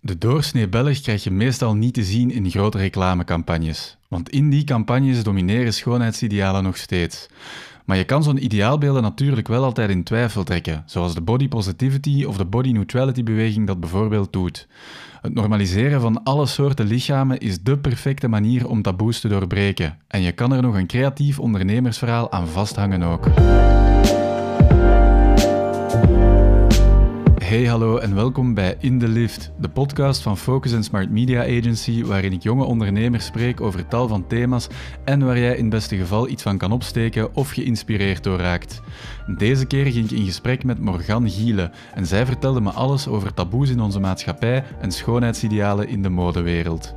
De doorsnee Belg krijg je meestal niet te zien in grote reclamecampagnes. Want in die campagnes domineren schoonheidsidealen nog steeds. Maar je kan zo'n ideaalbeelden natuurlijk wel altijd in twijfel trekken, zoals de body positivity of de body neutrality beweging dat bijvoorbeeld doet. Het normaliseren van alle soorten lichamen is dé perfecte manier om taboes te doorbreken. En je kan er nog een creatief ondernemersverhaal aan vasthangen ook. Hey, hallo en welkom bij In The Lift, de podcast van Focus & Smart Media Agency, waarin ik jonge ondernemers spreek over tal van thema's en waar jij in het beste geval iets van kan opsteken of geïnspireerd door raakt. Deze keer ging ik in gesprek met Morgan Gielen en zij vertelde me alles over taboes in onze maatschappij en schoonheidsidealen in de modewereld.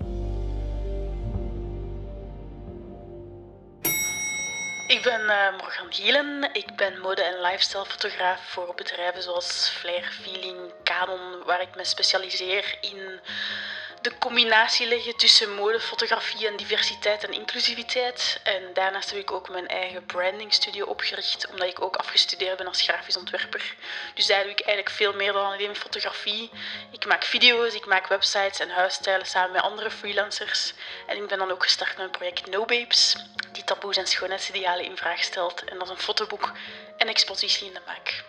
Ik ben Morgan Gielen. Ik ben mode- en lifestyle-fotograaf voor bedrijven zoals Flair, Feeling, Canon, waar ik me specialiseer in de combinatie leggen tussen modefotografie en diversiteit en inclusiviteit. En daarnaast heb ik ook mijn eigen brandingstudio opgericht, omdat ik ook afgestudeerd ben als grafisch ontwerper. Dus daar doe ik eigenlijk veel meer dan alleen fotografie. Ik maak video's, ik maak websites en huisstijlen samen met andere freelancers. En ik ben dan ook gestart met een project No Babes, die taboes en schoonheidsidealen in vraag stelt. En dat is een fotoboek en expositie in de maak.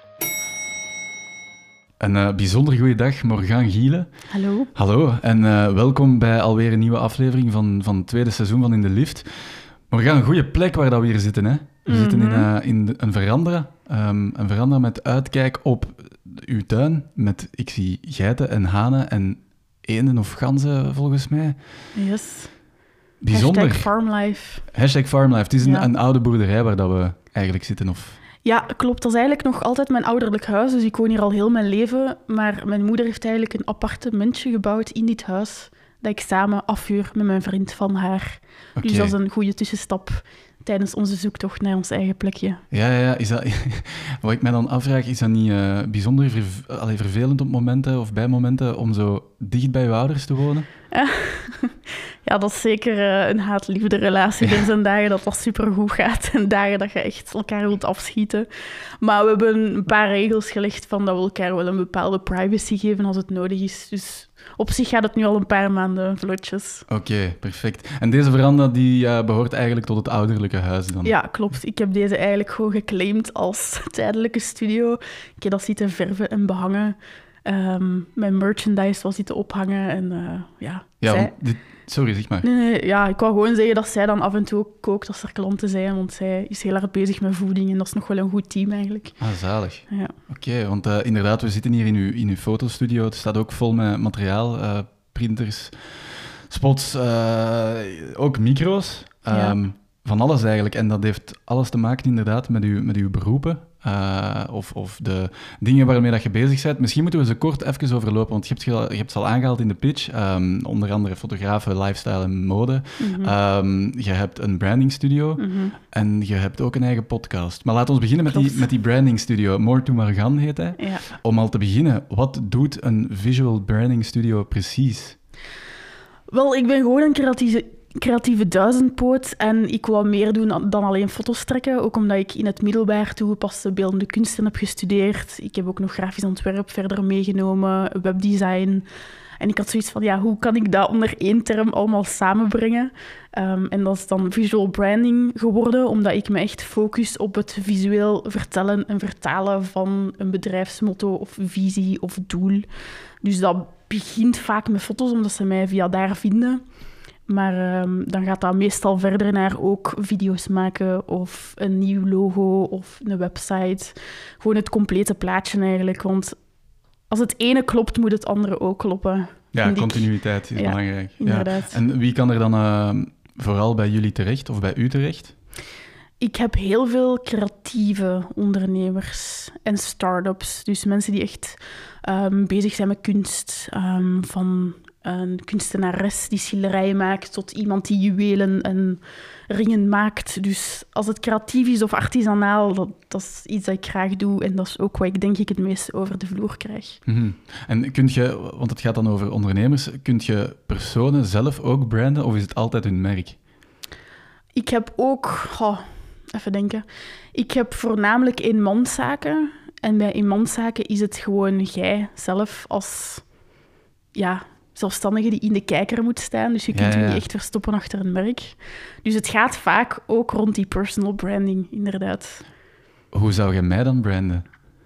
Een bijzonder goede dag, Morgan Gielen. Hallo. Hallo en welkom bij alweer een nieuwe aflevering van het tweede seizoen van In The Lift. Morgan, een goede plek waar dat we hier zitten, hè? We zitten in een veranda met uitkijk op uw tuin. Ik zie geiten en hanen en eenden of ganzen, volgens mij. Yes. Bijzonder. #farmlife. #farmlife. Het is een oude boerderij waar dat we eigenlijk zitten, of... Ja, klopt. Dat is eigenlijk nog altijd mijn ouderlijk huis. Dus ik woon hier al heel mijn leven. Maar mijn moeder heeft eigenlijk een appartementje gebouwd in dit huis, dat ik samen afhuur met mijn vriend van haar. Okay. Dus dat is een goede tussenstap tijdens onze zoektocht naar ons eigen plekje. Ja. Is dat, wat ik mij dan afvraag, is dat niet bijzonder vervelend op momenten of bij momenten om zo dicht bij je ouders te wonen? Ja, dat is zeker een haat-liefde relatie. Er zijn dagen dat supergoed gaat en dagen dat je echt elkaar wilt afschieten. Maar we hebben een paar regels gelegd van dat we elkaar wel een bepaalde privacy geven als het nodig is. Dus op zich gaat het nu al een paar maanden vlotjes. Oké, perfect. En deze veranda die behoort eigenlijk tot het ouderlijke huis dan? Ja, klopt. Ik heb deze eigenlijk gewoon geclaimd als tijdelijke studio. Ik heb dat zitten verven en behangen. Mijn merchandise was zitten ophangen en Ja, zij... Sorry, zeg maar. Nee, ja, ik wou gewoon zeggen dat zij dan af en toe ook kookt als er klanten zijn, want zij is heel erg bezig met voeding en dat is nog wel een goed team eigenlijk. Ah, zalig. Ja. Oké, want inderdaad, we zitten hier in uw fotostudio. Het staat ook vol met materiaal, printers, spots, ook micro's. Van alles eigenlijk. En dat heeft alles te maken inderdaad met uw beroepen. Of de dingen waarmee dat je bezig bent. Misschien moeten we ze kort even overlopen, want je hebt ze al aangehaald in de pitch. Onder andere fotografen, lifestyle en mode. Mm-hmm. Je hebt een brandingstudio en je hebt ook een eigen podcast. Maar laten we beginnen met die brandingstudio. More to Morgan heet hij. Ja. Om al te beginnen, wat doet een visual branding studio precies? Wel, ik ben gewoon een creatieve duizendpoot en ik wou meer doen dan alleen foto's trekken, ook omdat ik in het middelbaar toegepaste beeldende kunsten heb gestudeerd. Ik heb ook nog grafisch ontwerp verder meegenomen, webdesign. En ik had zoiets van, hoe kan ik dat onder één term allemaal samenbrengen? En dat is dan visual branding geworden, omdat ik me echt focus op het visueel vertellen en vertalen van een bedrijfsmotto of visie of doel. Dus dat begint vaak met foto's, omdat ze mij via daar vinden. Maar dan gaat dat meestal verder naar ook video's maken of een nieuw logo of een website. Gewoon het complete plaatje eigenlijk. Want als het ene klopt, moet het andere ook kloppen. Ja, continuïteit is belangrijk. Inderdaad. Ja. En wie kan er dan vooral bij jullie terecht of bij u terecht? Ik heb heel veel creatieve ondernemers en start-ups. Dus mensen die echt bezig zijn met kunst. Van een kunstenares die schilderijen maakt tot iemand die juwelen en ringen maakt. Dus als het creatief is of artisanaal, dat is iets dat ik graag doe. En dat is ook wat ik denk ik het meest over de vloer krijg. Mm-hmm. En kun je, want het gaat dan over ondernemers, kun je personen zelf ook branden of is het altijd hun merk? Ik heb ook... even denken. Ik heb voornamelijk eenmanszaken. En bij eenmanszaken is het gewoon jij zelf als zelfstandige die in de kijker moet staan. Dus je kunt je niet echt verstoppen achter een merk. Dus het gaat vaak ook rond die personal branding, inderdaad. Hoe zou je mij dan branden?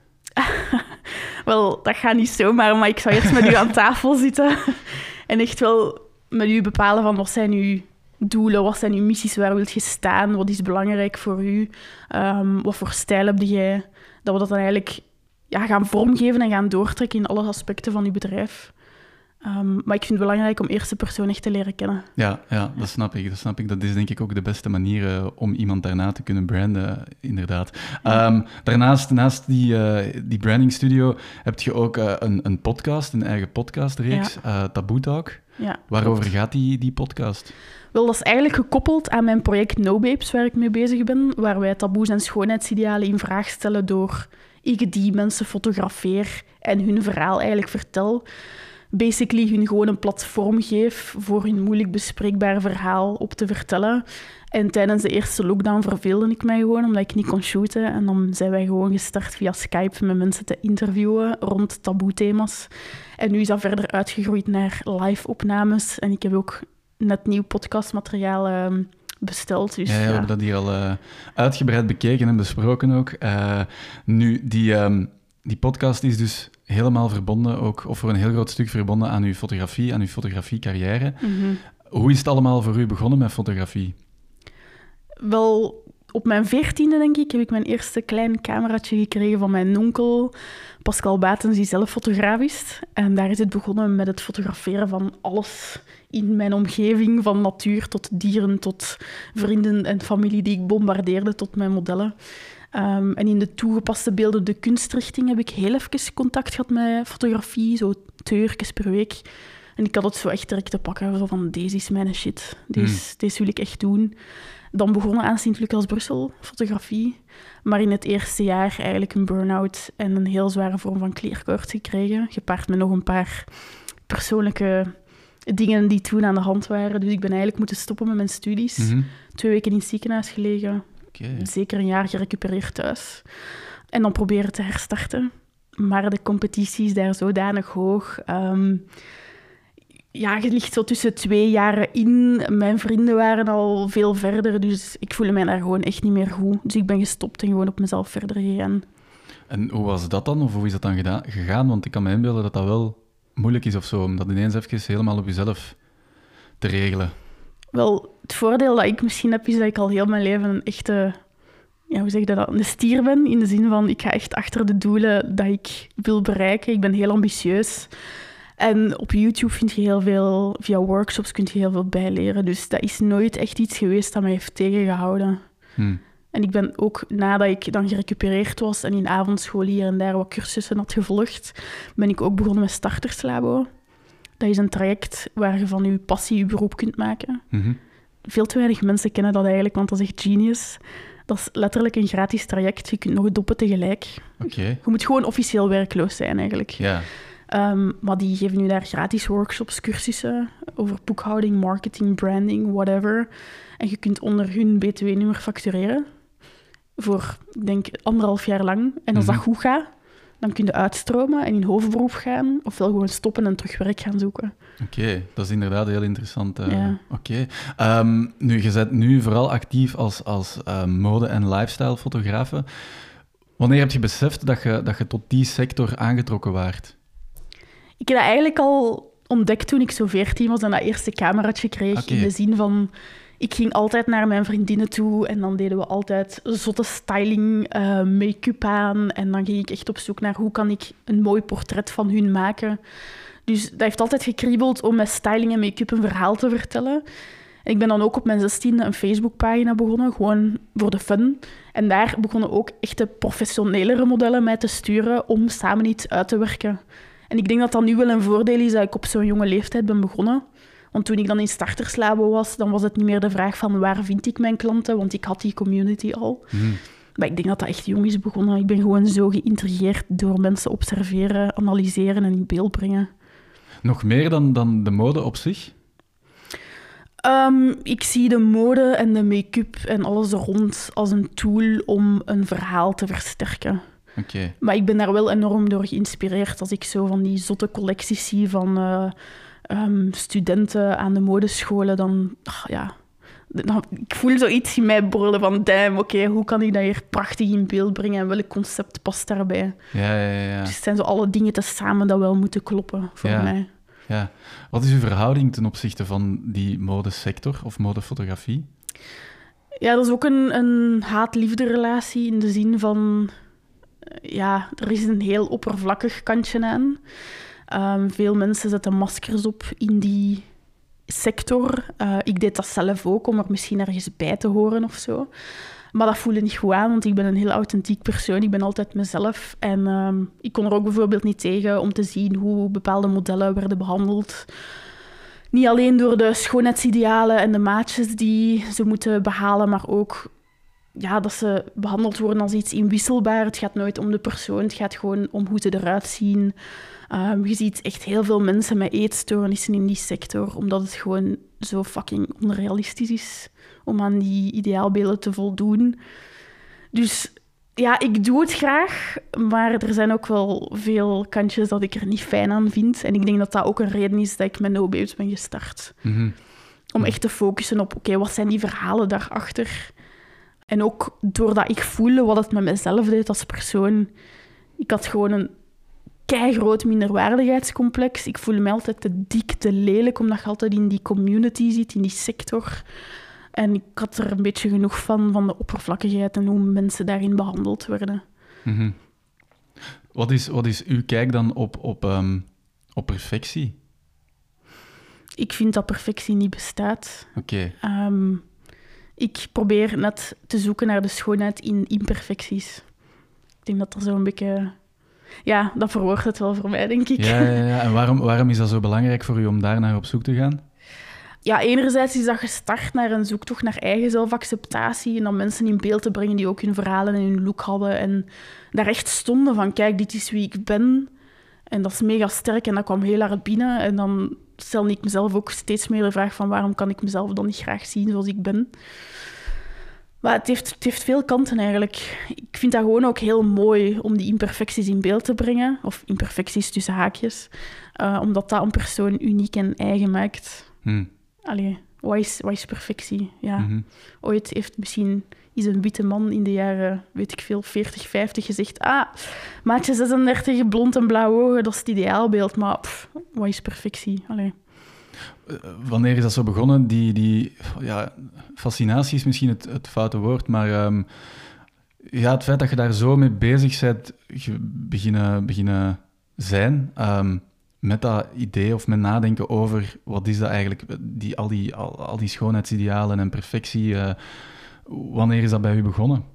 Wel, dat gaat niet zomaar, maar ik zou eerst met u aan tafel zitten en echt wel met u bepalen van wat zijn uw doelen, wat zijn uw missies, waar wilt je staan, wat is belangrijk voor u, wat voor stijl heb jij, dat we dat dan eigenlijk gaan vormgeven en gaan doortrekken in alle aspecten van uw bedrijf. Maar ik vind het belangrijk om eerst de persoon echt te leren kennen. Ja, dat snap ik. Dat is denk ik ook de beste manier om iemand daarna te kunnen branden, inderdaad. Daarnaast, naast die branding studio, heb je ook een podcast, een eigen podcastreeks, Taboe Talk. Ja, Waarover gaat die podcast? Wel, dat is eigenlijk gekoppeld aan mijn project No Babes, waar ik mee bezig ben, waar wij taboes en schoonheidsidealen in vraag stellen door ik die mensen fotografeer en hun verhaal eigenlijk vertel. Basically hun gewoon een platform geef voor hun moeilijk bespreekbaar verhaal op te vertellen. En tijdens de eerste lockdown verveelde ik mij gewoon, omdat ik niet kon shooten. En dan zijn wij gewoon gestart via Skype met mensen te interviewen rond taboe-thema's. En nu is dat verder uitgegroeid naar live-opnames. En ik heb ook net nieuw podcastmateriaal besteld. Dus, we hebben dat hier al uitgebreid bekeken en besproken ook. Nu, die podcast is dus helemaal verbonden, ook, of voor een heel groot stuk verbonden aan uw fotografie-carrière. Mm-hmm. Hoe is het allemaal voor u begonnen met fotografie? Wel, op mijn 14e, denk ik, heb ik mijn eerste klein cameraatje gekregen van mijn onkel, Pascal Batens, die zelf fotograaf is. En daar is het begonnen met het fotograferen van alles in mijn omgeving, van natuur tot dieren, tot vrienden en familie die ik bombardeerde, tot mijn modellen. En in de toegepaste beeldende kunstrichting heb ik heel even contact gehad met fotografie, zo 2 uurtjes per week. En ik had het zo echt direct te pakken, zo van, deze is mijn shit, deze wil ik echt doen. Dan begonnen aan Sint-Lucas Brussel, fotografie. Maar in het eerste jaar eigenlijk een burn-out en een heel zware vorm van kleerkoorts gekregen. Gepaard met nog een paar persoonlijke dingen die toen aan de hand waren. Dus ik ben eigenlijk moeten stoppen met mijn studies. Mm-hmm. 2 weken in het ziekenhuis gelegen. Okay. Zeker een jaar gerecupereerd thuis. En dan proberen te herstarten. Maar de competitie is daar zodanig hoog. Je ligt zo tussen 2 jaren in. Mijn vrienden waren al veel verder, dus ik voelde mij daar gewoon echt niet meer goed. Dus ik ben gestopt en gewoon op mezelf verder gegaan. En hoe was dat dan? Of hoe is dat dan gegaan? Want ik kan me inbeelden dat dat wel moeilijk is of zo, om dat ineens even helemaal op jezelf te regelen. Wel, het voordeel dat ik misschien heb, is dat ik al heel mijn leven een echte... hoe zeg je dat? Een stier ben, in de zin van ik ga echt achter de doelen dat ik wil bereiken. Ik ben heel ambitieus. En op YouTube vind je heel veel, via workshops kun je heel veel bijleren. Dus dat is nooit echt iets geweest dat mij heeft tegengehouden. En ik ben ook, nadat ik dan gerecupereerd was en in avondschool hier en daar wat cursussen had gevolgd, ben ik ook begonnen met Starterslabo. Dat is een traject waar je van je passie je beroep kunt maken. Mm-hmm. Veel te weinig mensen kennen dat eigenlijk, want dat is echt genius. Dat is letterlijk een gratis traject. Je kunt nog doppen tegelijk. Okay. Je moet gewoon officieel werkloos zijn, eigenlijk. Ja. Maar die geven nu daar gratis workshops, cursussen over boekhouding, marketing, branding, whatever. En je kunt onder hun btw-nummer factureren voor, ik denk, 1,5 jaar lang. En als dat goed gaat, dan kun je uitstromen en in hoofdberoep gaan, ofwel gewoon stoppen en terug werk gaan zoeken. Oké, dat is inderdaad heel interessant. Ja. Oké. Nu, je bent nu vooral actief als mode- en lifestyle-fotografe. Wanneer heb je beseft dat je tot die sector aangetrokken waart? Ik heb dat eigenlijk al ontdekt toen ik zo 14 was en dat eerste cameraatje kreeg. Okay. In de zin van, ik ging altijd naar mijn vriendinnen toe en dan deden we altijd zotte styling, make-up aan. En dan ging ik echt op zoek naar hoe kan ik een mooi portret van hun maken. Dus dat heeft altijd gekriebeld om met styling en make-up een verhaal te vertellen. En ik ben dan ook op mijn 16e een Facebookpagina begonnen, gewoon voor de fun. En daar begonnen ook echte professionelere modellen mij te sturen om samen iets uit te werken. En ik denk dat dat nu wel een voordeel is dat ik op zo'n jonge leeftijd ben begonnen. Want toen ik dan in Starterslabo was, dan was het niet meer de vraag van waar vind ik mijn klanten, want ik had die community al. Maar ik denk dat dat echt jong is begonnen. Ik ben gewoon zo geïntrigeerd door mensen observeren, analyseren en in beeld brengen. Nog meer dan de mode op zich? Ik zie de mode en de make-up en alles er rond als een tool om een verhaal te versterken. Oké. Maar ik ben daar wel enorm door geïnspireerd als ik zo van die zotte collecties zie van studenten aan de modescholen. Dan, ik voel zoiets in mij borrelen van damn, oké, hoe kan ik dat hier prachtig in beeld brengen en welk concept past daarbij? Ja. Dus het zijn zo alle dingen tezamen dat wel moeten kloppen voor mij. Ja. Wat is uw verhouding ten opzichte van die modesector of modefotografie? Ja, dat is ook een haat-liefde relatie in de zin van... Ja, er is een heel oppervlakkig kantje aan. Veel mensen zetten maskers op in die sector. Ik deed dat zelf ook, om er misschien ergens bij te horen of zo. Maar dat voelde niet goed aan, want ik ben een heel authentiek persoon. Ik ben altijd mezelf. En ik kon er ook bijvoorbeeld niet tegen om te zien hoe bepaalde modellen werden behandeld. Niet alleen door de schoonheidsidealen en de maatjes die ze moeten behalen, maar ook dat ze behandeld worden als iets inwisselbaar. Het gaat nooit om de persoon, het gaat gewoon om hoe ze eruit zien. Je ziet echt heel veel mensen met eetstoornissen in die sector, omdat het gewoon zo fucking onrealistisch is om aan die ideaalbeelden te voldoen. Dus ja, ik doe het graag, maar er zijn ook wel veel kantjes dat ik er niet fijn aan vind. En ik denk dat dat ook een reden is dat ik met No Babes ben gestart. Mm-hmm. Om echt te focussen op, oké, wat zijn die verhalen daarachter? En ook doordat ik voelde wat het met mezelf deed als persoon. Ik had gewoon een keigroot minderwaardigheidscomplex. Ik voelde me altijd te dik, te lelijk, omdat je altijd in die community zit, in die sector. En ik had er een beetje genoeg van de oppervlakkigheid en hoe mensen daarin behandeld werden. Mm-hmm. Wat is uw kijk dan op perfectie? Ik vind dat perfectie niet bestaat. Oké. Ik probeer net te zoeken naar de schoonheid in imperfecties. Ik denk dat er zo'n beetje... Ja, dat verwoordt het wel voor mij, denk ik. Ja. En waarom is dat zo belangrijk voor u om daar naar op zoek te gaan? Ja, enerzijds is dat gestart naar een zoektocht naar eigen zelfacceptatie en dan mensen in beeld te brengen die ook hun verhalen en hun look hadden en daar echt stonden van, kijk, dit is wie ik ben. En dat is mega sterk en dat kwam heel hard binnen. En dan stelde ik mezelf ook steeds meer de vraag van, waarom kan ik mezelf dan niet graag zien zoals ik ben? Maar het heeft veel kanten eigenlijk. Ik vind dat gewoon ook heel mooi om die imperfecties in beeld te brengen. Of imperfecties tussen haakjes. Omdat dat een persoon uniek en eigen maakt. Allee, wat is perfectie? Ja. Mm-hmm. Ooit is een witte man in de jaren, 40, 50 gezegd, maatje 36, blond en blauwe ogen, dat is het ideaalbeeld. Maar wat is perfectie? Allee. Wanneer is dat zo begonnen? Die fascinatie is misschien het foute woord, maar het feit dat je daar zo mee bezig bent, beginnen zijn, met dat idee of met nadenken over wat is dat eigenlijk, al die schoonheidsidealen en perfectie, wanneer is dat bij u begonnen?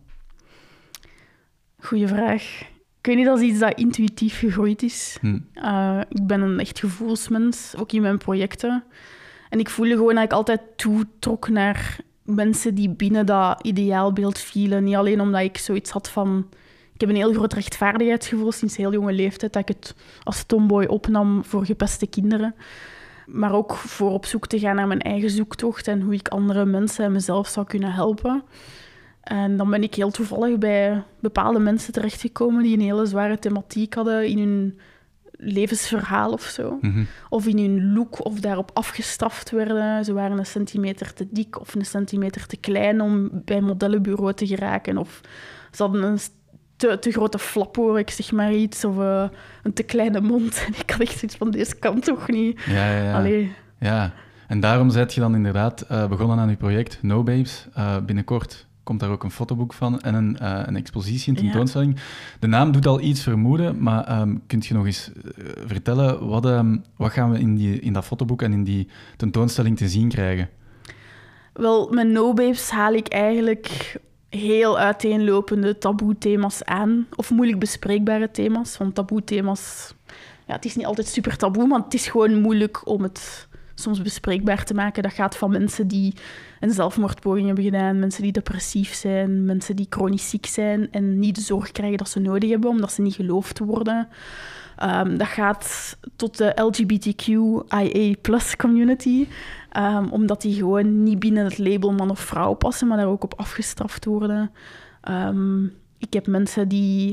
Goeie vraag. Ik weet niet, dat is iets dat intuïtief gegroeid is. Ik ben een echt gevoelsmens, ook in mijn projecten. En ik voelde gewoon dat ik altijd toetrok naar mensen die binnen dat ideaalbeeld vielen. Niet alleen omdat ik zoiets had van... Ik heb een heel groot rechtvaardigheidsgevoel sinds heel jonge leeftijd, dat ik het als tomboy opnam voor gepeste kinderen. Maar ook voor op zoek te gaan naar mijn eigen zoektocht en hoe ik andere mensen en mezelf zou kunnen helpen. En dan ben ik heel toevallig bij bepaalde mensen terechtgekomen die een hele zware thematiek hadden in hun levensverhaal of zo. Mm-hmm. Of in hun look, of daarop afgestraft werden. Ze waren een centimeter te dik of een centimeter te klein om bij een modellenbureau te geraken. Of ze hadden een te grote flapoor, ik zeg maar iets. Of een te kleine mond. En ik had echt zoiets van, deze kan toch niet? Ja. Allee. Ja, en daarom zijt je dan inderdaad begonnen aan je project No Babes. Binnenkort komt daar ook een fotoboek van en een expositie, een tentoonstelling. Ja. De naam doet al iets vermoeden, maar kunt je nog eens vertellen, wat gaan we in dat fotoboek en in die tentoonstelling te zien krijgen? Wel, met No Babes haal ik eigenlijk heel uiteenlopende taboe-thema's aan, of moeilijk bespreekbare thema's, want taboe-thema's, het is niet altijd super taboe, maar het is gewoon moeilijk om het soms bespreekbaar te maken. Dat gaat van mensen die een zelfmoordpoging hebben gedaan, mensen die depressief zijn, mensen die chronisch ziek zijn en niet de zorg krijgen dat ze nodig hebben, omdat ze niet geloofd worden. Dat gaat tot de LGBTQIA+ community, omdat die gewoon niet binnen het label man of vrouw passen, maar daar ook op afgestraft worden. Ik heb mensen die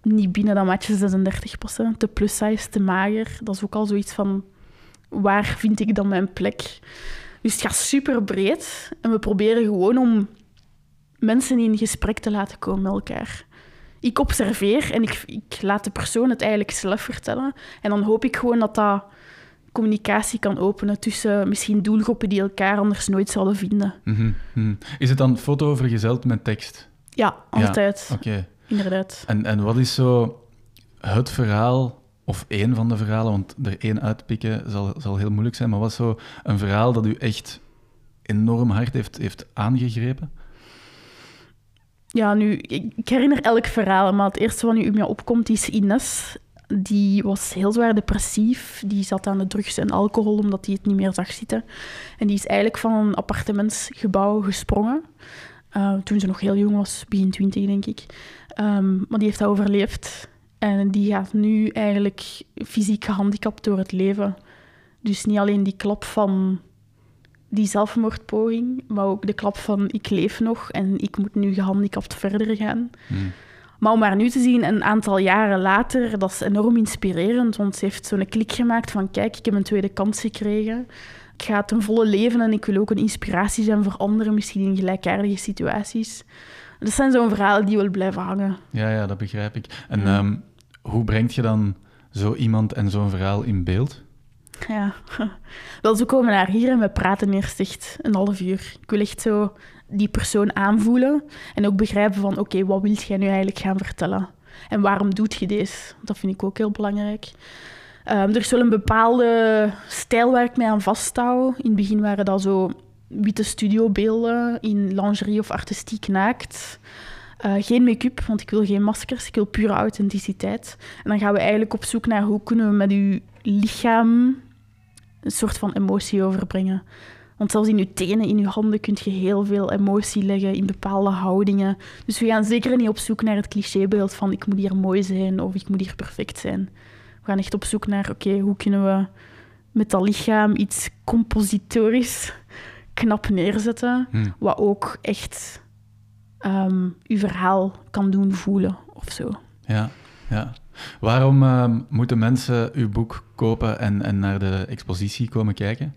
niet binnen dat matje 36%. Te plus size, te mager. Dat is ook al zoiets van, waar vind ik dan mijn plek? Dus het gaat super breed. En we proberen gewoon om mensen in gesprek te laten komen met elkaar. Ik observeer en ik laat de persoon het eigenlijk zelf vertellen. En dan hoop ik gewoon dat dat communicatie kan openen tussen misschien doelgroepen die elkaar anders nooit zouden vinden. Is het dan foto vergezeld met tekst? Ja, altijd. Ja, okay. Inderdaad. En wat is zo het verhaal, of één van de verhalen, want er één uitpikken zal heel moeilijk zijn, maar wat is zo een verhaal dat u echt enorm hard heeft aangegrepen? Ja, nu, ik herinner elk verhaal, maar het eerste wat nu in mij opkomt is Ines. Die was heel zwaar depressief. Die zat aan de drugs en alcohol omdat hij het niet meer zag zitten. En die is eigenlijk van een appartementsgebouw gesprongen. Toen ze nog heel jong was, begin 20 denk ik. Maar die heeft dat overleefd. En die gaat nu eigenlijk fysiek gehandicapt door het leven. Dus niet alleen die klap van die zelfmoordpoging, maar ook de klap van ik leef nog en ik moet nu gehandicapt verder gaan. Maar om haar nu te zien, een aantal jaren later, dat is enorm inspirerend, want ze heeft zo'n klik gemaakt van kijk, ik heb een tweede kans gekregen. Ik ga ten volle leven en ik wil ook een inspiratie zijn voor anderen, misschien in gelijkaardige situaties. Dat zijn zo'n verhalen die wel blijven hangen. Ja, dat begrijp ik. En hoe brengt je dan zo iemand en zo'n verhaal in beeld? Ja, wel, ze komen naar hier en we praten eerst echt een half uur. Ik wil echt zo die persoon aanvoelen en ook begrijpen van oké, wat wil jij nu eigenlijk gaan vertellen? En waarom doet je deze? Dat vind ik ook heel belangrijk. Er is wel een bepaalde stijl waar ik mij aan vasthoud. In het begin waren dat zo witte studiobeelden in lingerie of artistiek naakt. Geen make-up, want ik wil geen maskers. Ik wil pure authenticiteit. En dan gaan we eigenlijk op zoek naar hoe kunnen we met uw lichaam een soort van emotie overbrengen. Want zelfs in je tenen, in je handen, kun je heel veel emotie leggen in bepaalde houdingen. Dus we gaan zeker niet op zoek naar het clichébeeld van ik moet hier mooi zijn of ik moet hier perfect zijn. We gaan echt op zoek naar, oké, hoe kunnen we met dat lichaam iets compositorisch knap neerzetten, wat ook echt uw verhaal kan doen voelen of zo. Ja. Waarom moeten mensen uw boek kopen en naar de expositie komen kijken?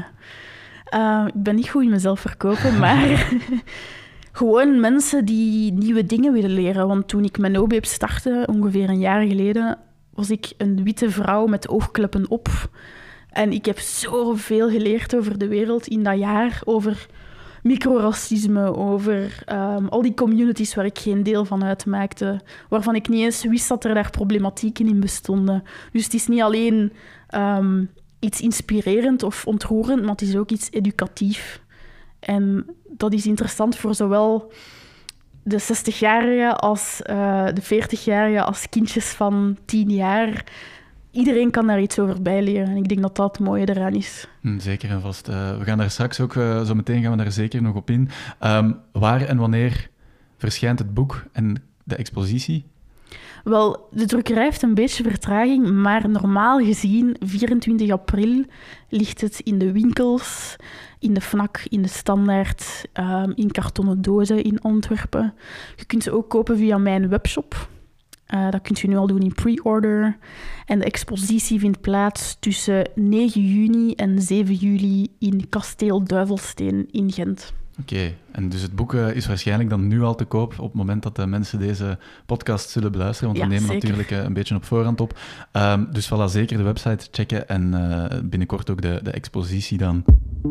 Ik ben niet goed in mezelf verkopen, maar gewoon mensen die nieuwe dingen willen leren. Want toen ik mijn no-babe startte, ongeveer een jaar geleden, was ik een witte vrouw met oogkleppen op. En ik heb zoveel geleerd over de wereld in dat jaar, over microracisme, over al die communities waar ik geen deel van uitmaakte, waarvan ik niet eens wist dat er daar problematieken in bestonden. Dus het is niet alleen iets inspirerend of ontroerend, maar het is ook iets educatief. En dat is interessant voor zowel de 60-jarigen als de 40-jarigen als kindjes van 10 jaar. Iedereen kan daar iets over bijleren. En ik denk dat dat het mooie eraan is. Zeker en vast. We gaan daar straks ook, zo meteen gaan we daar zeker nog op in. Waar en wanneer verschijnt het boek en de expositie? Wel, de drukkerij heeft een beetje vertraging, maar normaal gezien, 24 april, ligt het in de winkels, in de Fnac, in de Standaard, in kartonnen dozen in Antwerpen. Je kunt ze ook kopen via mijn webshop. Dat kunt je nu al doen in pre-order. En de expositie vindt plaats tussen 9 juni en 7 juli in Kasteel Duivelsteen in Gent. Oké, en dus het boek is waarschijnlijk dan nu al te koop op het moment dat de mensen deze podcast zullen beluisteren, want we nemen zeker natuurlijk een beetje op voorhand op. Dus voilà, zeker de website checken en binnenkort ook de expositie dan.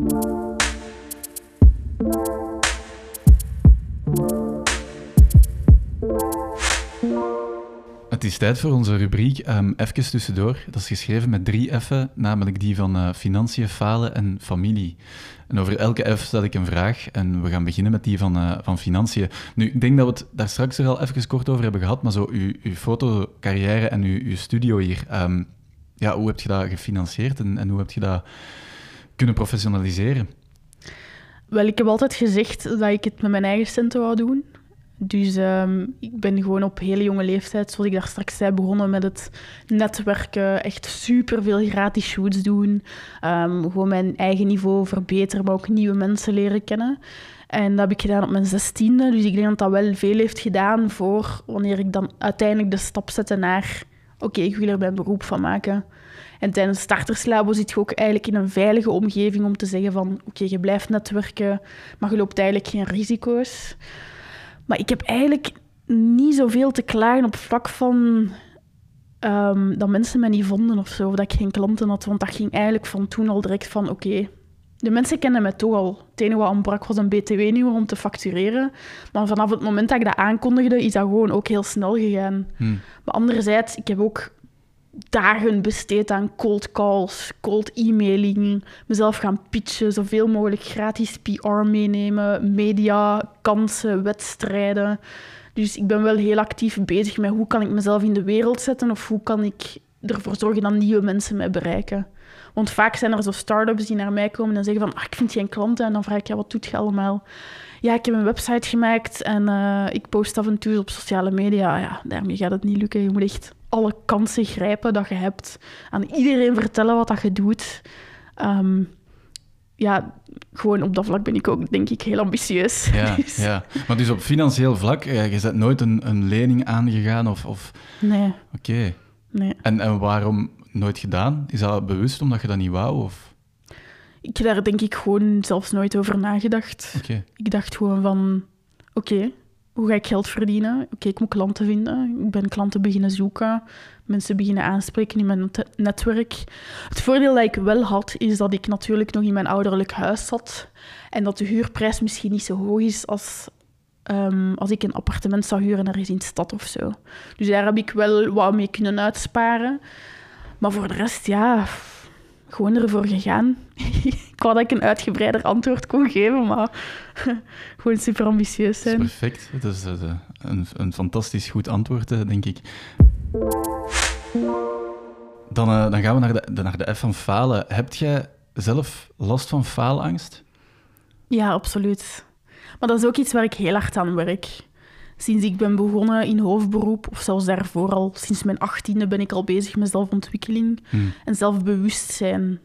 Het is tijd voor onze rubriek Even tussendoor. Dat is geschreven met 3 F'en, namelijk die van financiën, falen en familie. En over elke F stel ik een vraag en we gaan beginnen met die van financiën. Nu, ik denk dat we het daar straks er al even kort over hebben gehad, maar zo uw fotocarrière en uw studio hier, hoe heb je dat gefinancierd en hoe heb je dat kunnen professionaliseren? Wel, ik heb altijd gezegd dat ik het met mijn eigen centen wou doen. Dus ik ben gewoon op hele jonge leeftijd, zoals ik daar straks zei, begonnen met het netwerken. Echt superveel gratis shoots doen. Gewoon mijn eigen niveau verbeteren, maar ook nieuwe mensen leren kennen. En dat heb ik gedaan op mijn 16e. Dus ik denk dat dat wel veel heeft gedaan voor wanneer ik dan uiteindelijk de stap zette naar... Oké, ik wil er mijn beroep van maken. En tijdens starterslabo zit je ook eigenlijk in een veilige omgeving om te zeggen van... Oké, je blijft netwerken, maar je loopt eigenlijk geen risico's. Maar ik heb eigenlijk niet zoveel te klagen op vlak van... dat mensen mij niet vonden of zo, of dat ik geen klanten had. Want dat ging eigenlijk van toen al direct van... Oké, de mensen kenden mij toch al. Het enige wat ontbrak was een BTW-nummer om te factureren. Maar vanaf het moment dat ik dat aankondigde, is dat gewoon ook heel snel gegaan. Maar anderzijds, ik heb ook dagen besteed aan cold calls, cold e-mailing, mezelf gaan pitchen, zoveel mogelijk gratis PR meenemen, media, kansen, wedstrijden. Dus ik ben wel heel actief bezig met hoe kan ik mezelf in de wereld zetten of hoe kan ik ervoor zorgen dat nieuwe mensen mij bereiken. Want vaak zijn er zo start-ups die naar mij komen en zeggen van ik vind geen klanten. En dan vraag ik, wat doet je allemaal? Ja, ik heb een website gemaakt en ik post af en toe op sociale media. Ja, daarmee gaat het niet lukken. Je moet echt alle kansen grijpen dat je hebt. Aan iedereen vertellen wat dat je doet. Gewoon op dat vlak ben ik ook, denk ik, heel ambitieus. Ja, dus. Ja. Maar dus op financieel vlak, je bent nooit een lening aangegaan? Of... Nee. Oké. Nee. En waarom nooit gedaan? Is dat bewust omdat je dat niet wou? Of? Ik heb daar denk ik gewoon zelfs nooit over nagedacht. Okay. Ik dacht gewoon van, oké, hoe ga ik geld verdienen? Oké, ik moet klanten vinden. Ik ben klanten beginnen zoeken. Mensen beginnen aanspreken in mijn netwerk. Het voordeel dat ik wel had, is dat ik natuurlijk nog in mijn ouderlijk huis zat. En dat de huurprijs misschien niet zo hoog is als ik een appartement zou huren ergens in de stad of zo. Dus daar heb ik wel wat mee kunnen uitsparen. Maar voor de rest, ja, gewoon ervoor gegaan. Ik wou dat ik een uitgebreider antwoord kon geven, maar gewoon super ambitieus zijn. Dat is perfect. Dat is een fantastisch goed antwoord, denk ik. Dan gaan we naar de F van falen. Heb jij zelf last van faalangst? Ja, absoluut. Maar dat is ook iets waar ik heel hard aan werk. Sinds ik ben begonnen in hoofdberoep, of zelfs daarvoor al, sinds mijn 18e ben ik al bezig met zelfontwikkeling en zelfbewustzijn.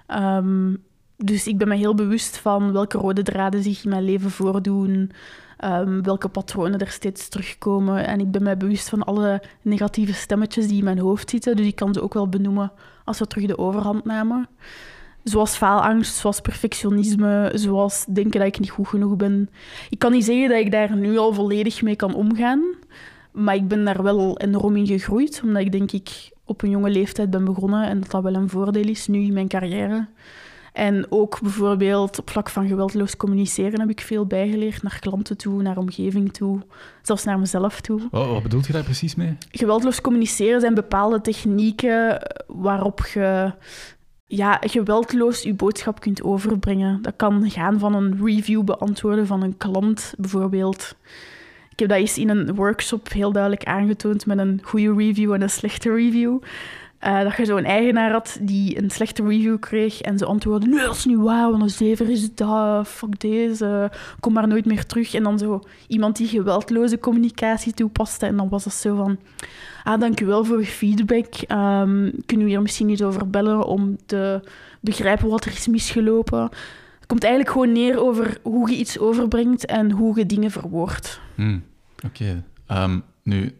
Dus ik ben me heel bewust van welke rode draden zich in mijn leven voordoen, welke patronen er steeds terugkomen. En ik ben me bewust van alle negatieve stemmetjes die in mijn hoofd zitten, dus ik kan ze ook wel benoemen als ze terug de overhand namen. Zoals faalangst, zoals perfectionisme, zoals denken dat ik niet goed genoeg ben. Ik kan niet zeggen dat ik daar nu al volledig mee kan omgaan, maar ik ben daar wel enorm in gegroeid, omdat ik denk ik op een jonge leeftijd ben begonnen en dat wel een voordeel is nu in mijn carrière. En ook bijvoorbeeld op vlak van geweldloos communiceren heb ik veel bijgeleerd, naar klanten toe, naar omgeving toe, zelfs naar mezelf toe. Wat bedoelt je daar precies mee? Geweldloos communiceren zijn bepaalde technieken waarop je geweldloos je boodschap kunt overbrengen. Dat kan gaan van een review beantwoorden van een klant, bijvoorbeeld. Ik heb dat eens in een workshop heel duidelijk aangetoond met een goede review en een slechte review. Dat je zo'n eigenaar had die een slechte review kreeg en ze antwoordde, nee, dat is niet waar, want een 7 is dat, fuck deze, kom maar nooit meer terug. En dan zo iemand die geweldloze communicatie toepaste en dan was dat zo van, dank u wel voor uw feedback, kunnen we hier misschien niet over bellen om te begrijpen wat er is misgelopen. Het komt eigenlijk gewoon neer over hoe je iets overbrengt en hoe je dingen verwoordt. Oké. Nu,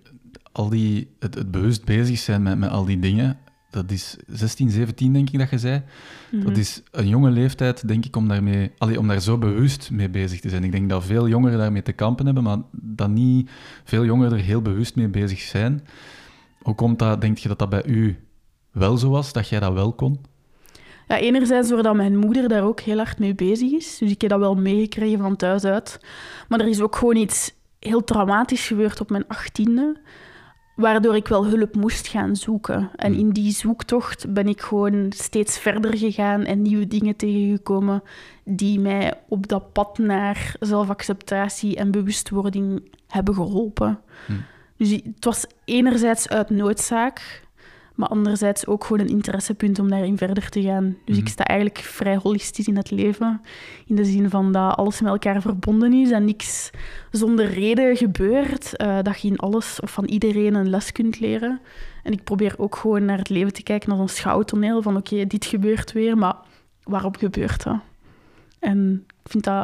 het bewust bezig zijn met al die dingen, dat is 16, 17 denk ik dat je zei. Dat is een jonge leeftijd, denk ik, om daar zo bewust mee bezig te zijn. Ik denk dat veel jongeren daarmee te kampen hebben, maar dat niet veel jongeren er heel bewust mee bezig zijn. Hoe komt dat, denk je, dat dat bij u wel zo was, dat jij dat wel kon? Ja, enerzijds doordat mijn moeder daar ook heel hard mee bezig is. Dus ik heb dat wel meegekregen van thuis uit. Maar er is ook gewoon iets heel traumatisch gebeurd op mijn 18e, waardoor ik wel hulp moest gaan zoeken. En in die zoektocht ben ik gewoon steeds verder gegaan en nieuwe dingen tegengekomen die mij op dat pad naar zelfacceptatie en bewustwording hebben geholpen. Dus het was enerzijds uit noodzaak, maar anderzijds ook gewoon een interessepunt om daarin verder te gaan. Dus ik sta eigenlijk vrij holistisch in het leven, in de zin van dat alles met elkaar verbonden is en niks zonder reden gebeurt, dat je in alles of van iedereen een les kunt leren. En ik probeer ook gewoon naar het leven te kijken als een schouwtoneel van oké, dit gebeurt weer, maar waarom gebeurt dat? En ik vind dat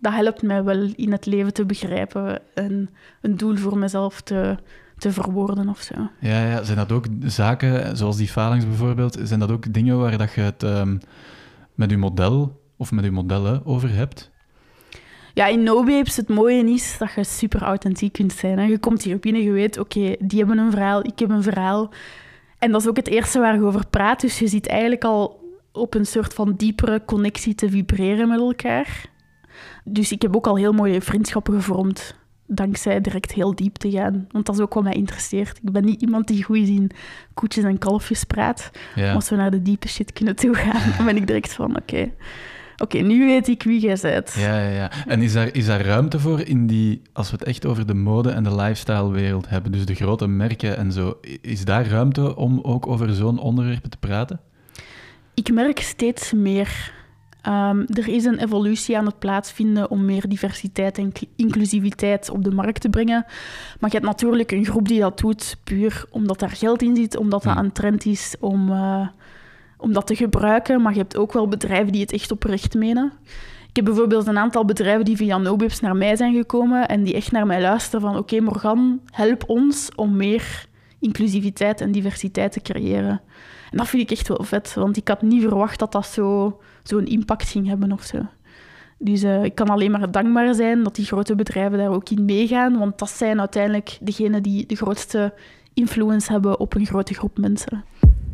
dat helpt mij wel in het leven te begrijpen en een doel voor mezelf te verwoorden of zo. Ja, zijn dat ook zaken, zoals die phalanx bijvoorbeeld, zijn dat ook dingen waar dat je het met je model of met je modellen over hebt? Ja, in No Babes, het mooie is dat je super authentiek kunt zijn. Hè. Je komt hier binnen, je weet, oké, die hebben een verhaal, ik heb een verhaal. En dat is ook het eerste waar je over praat. Dus je zit eigenlijk al op een soort van diepere connectie te vibreren met elkaar. Dus ik heb ook al heel mooie vriendschappen gevormd, dankzij direct heel diep te gaan. Want dat is ook wat mij interesseert. Ik ben niet iemand die goed is in koetjes en kalfjes praat. Ja. Maar als we naar de diepe shit kunnen toegaan, dan ben ik direct van, oké, nu weet ik wie jij bent. Ja. En is daar ruimte voor in die, als we het echt over de mode- en de lifestyle-wereld hebben, dus de grote merken en zo, is daar ruimte om ook over zo'n onderwerpen te praten? Ik merk steeds meer. Er is een evolutie aan het plaatsvinden om meer diversiteit en inclusiviteit op de markt te brengen. Maar je hebt natuurlijk een groep die dat doet puur omdat daar geld in zit, omdat dat een trend is om dat te gebruiken. Maar je hebt ook wel bedrijven die het echt oprecht menen. Ik heb bijvoorbeeld een aantal bedrijven die via No Babes naar mij zijn gekomen en die echt naar mij luisteren van oké, Morgan, help ons om meer inclusiviteit en diversiteit te creëren. En dat vind ik echt wel vet, want ik had niet verwacht dat dat zo'n impact ging hebben of zo. Dus ik kan alleen maar dankbaar zijn dat die grote bedrijven daar ook in meegaan, want dat zijn uiteindelijk degenen die de grootste influence hebben op een grote groep mensen.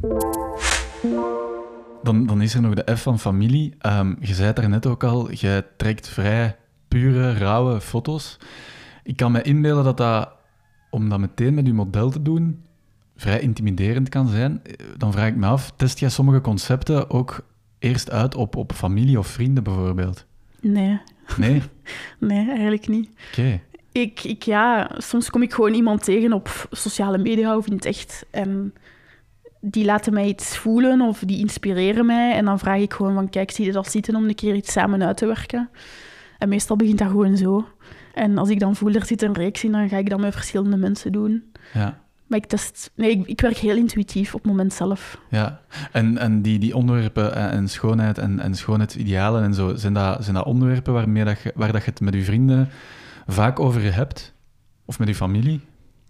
Dan is er nog de F van familie. Je zei het daarnet ook al, je trekt vrij pure, rauwe foto's. Ik kan me inbeelden dat om dat meteen met je model te doen, vrij intimiderend kan zijn. Dan vraag ik me af, test jij sommige concepten ook eerst uit op familie of vrienden bijvoorbeeld? Nee. Nee? Nee, eigenlijk niet. Oké. Soms kom ik gewoon iemand tegen op sociale media of in het echt en die laten mij iets voelen of die inspireren mij en dan vraag ik gewoon van kijk, zie je dat zitten om een keer iets samen uit te werken? En meestal begint dat gewoon zo. En als ik dan voel, er zit een reeks in, dan ga ik dat met verschillende mensen doen. Ja. Maar ik werk heel intuïtief op het moment zelf. Ja, en die onderwerpen en schoonheid en schoonheidsidealen en zo, zijn dat onderwerpen waar dat je het met je vrienden vaak over hebt? Of met je familie?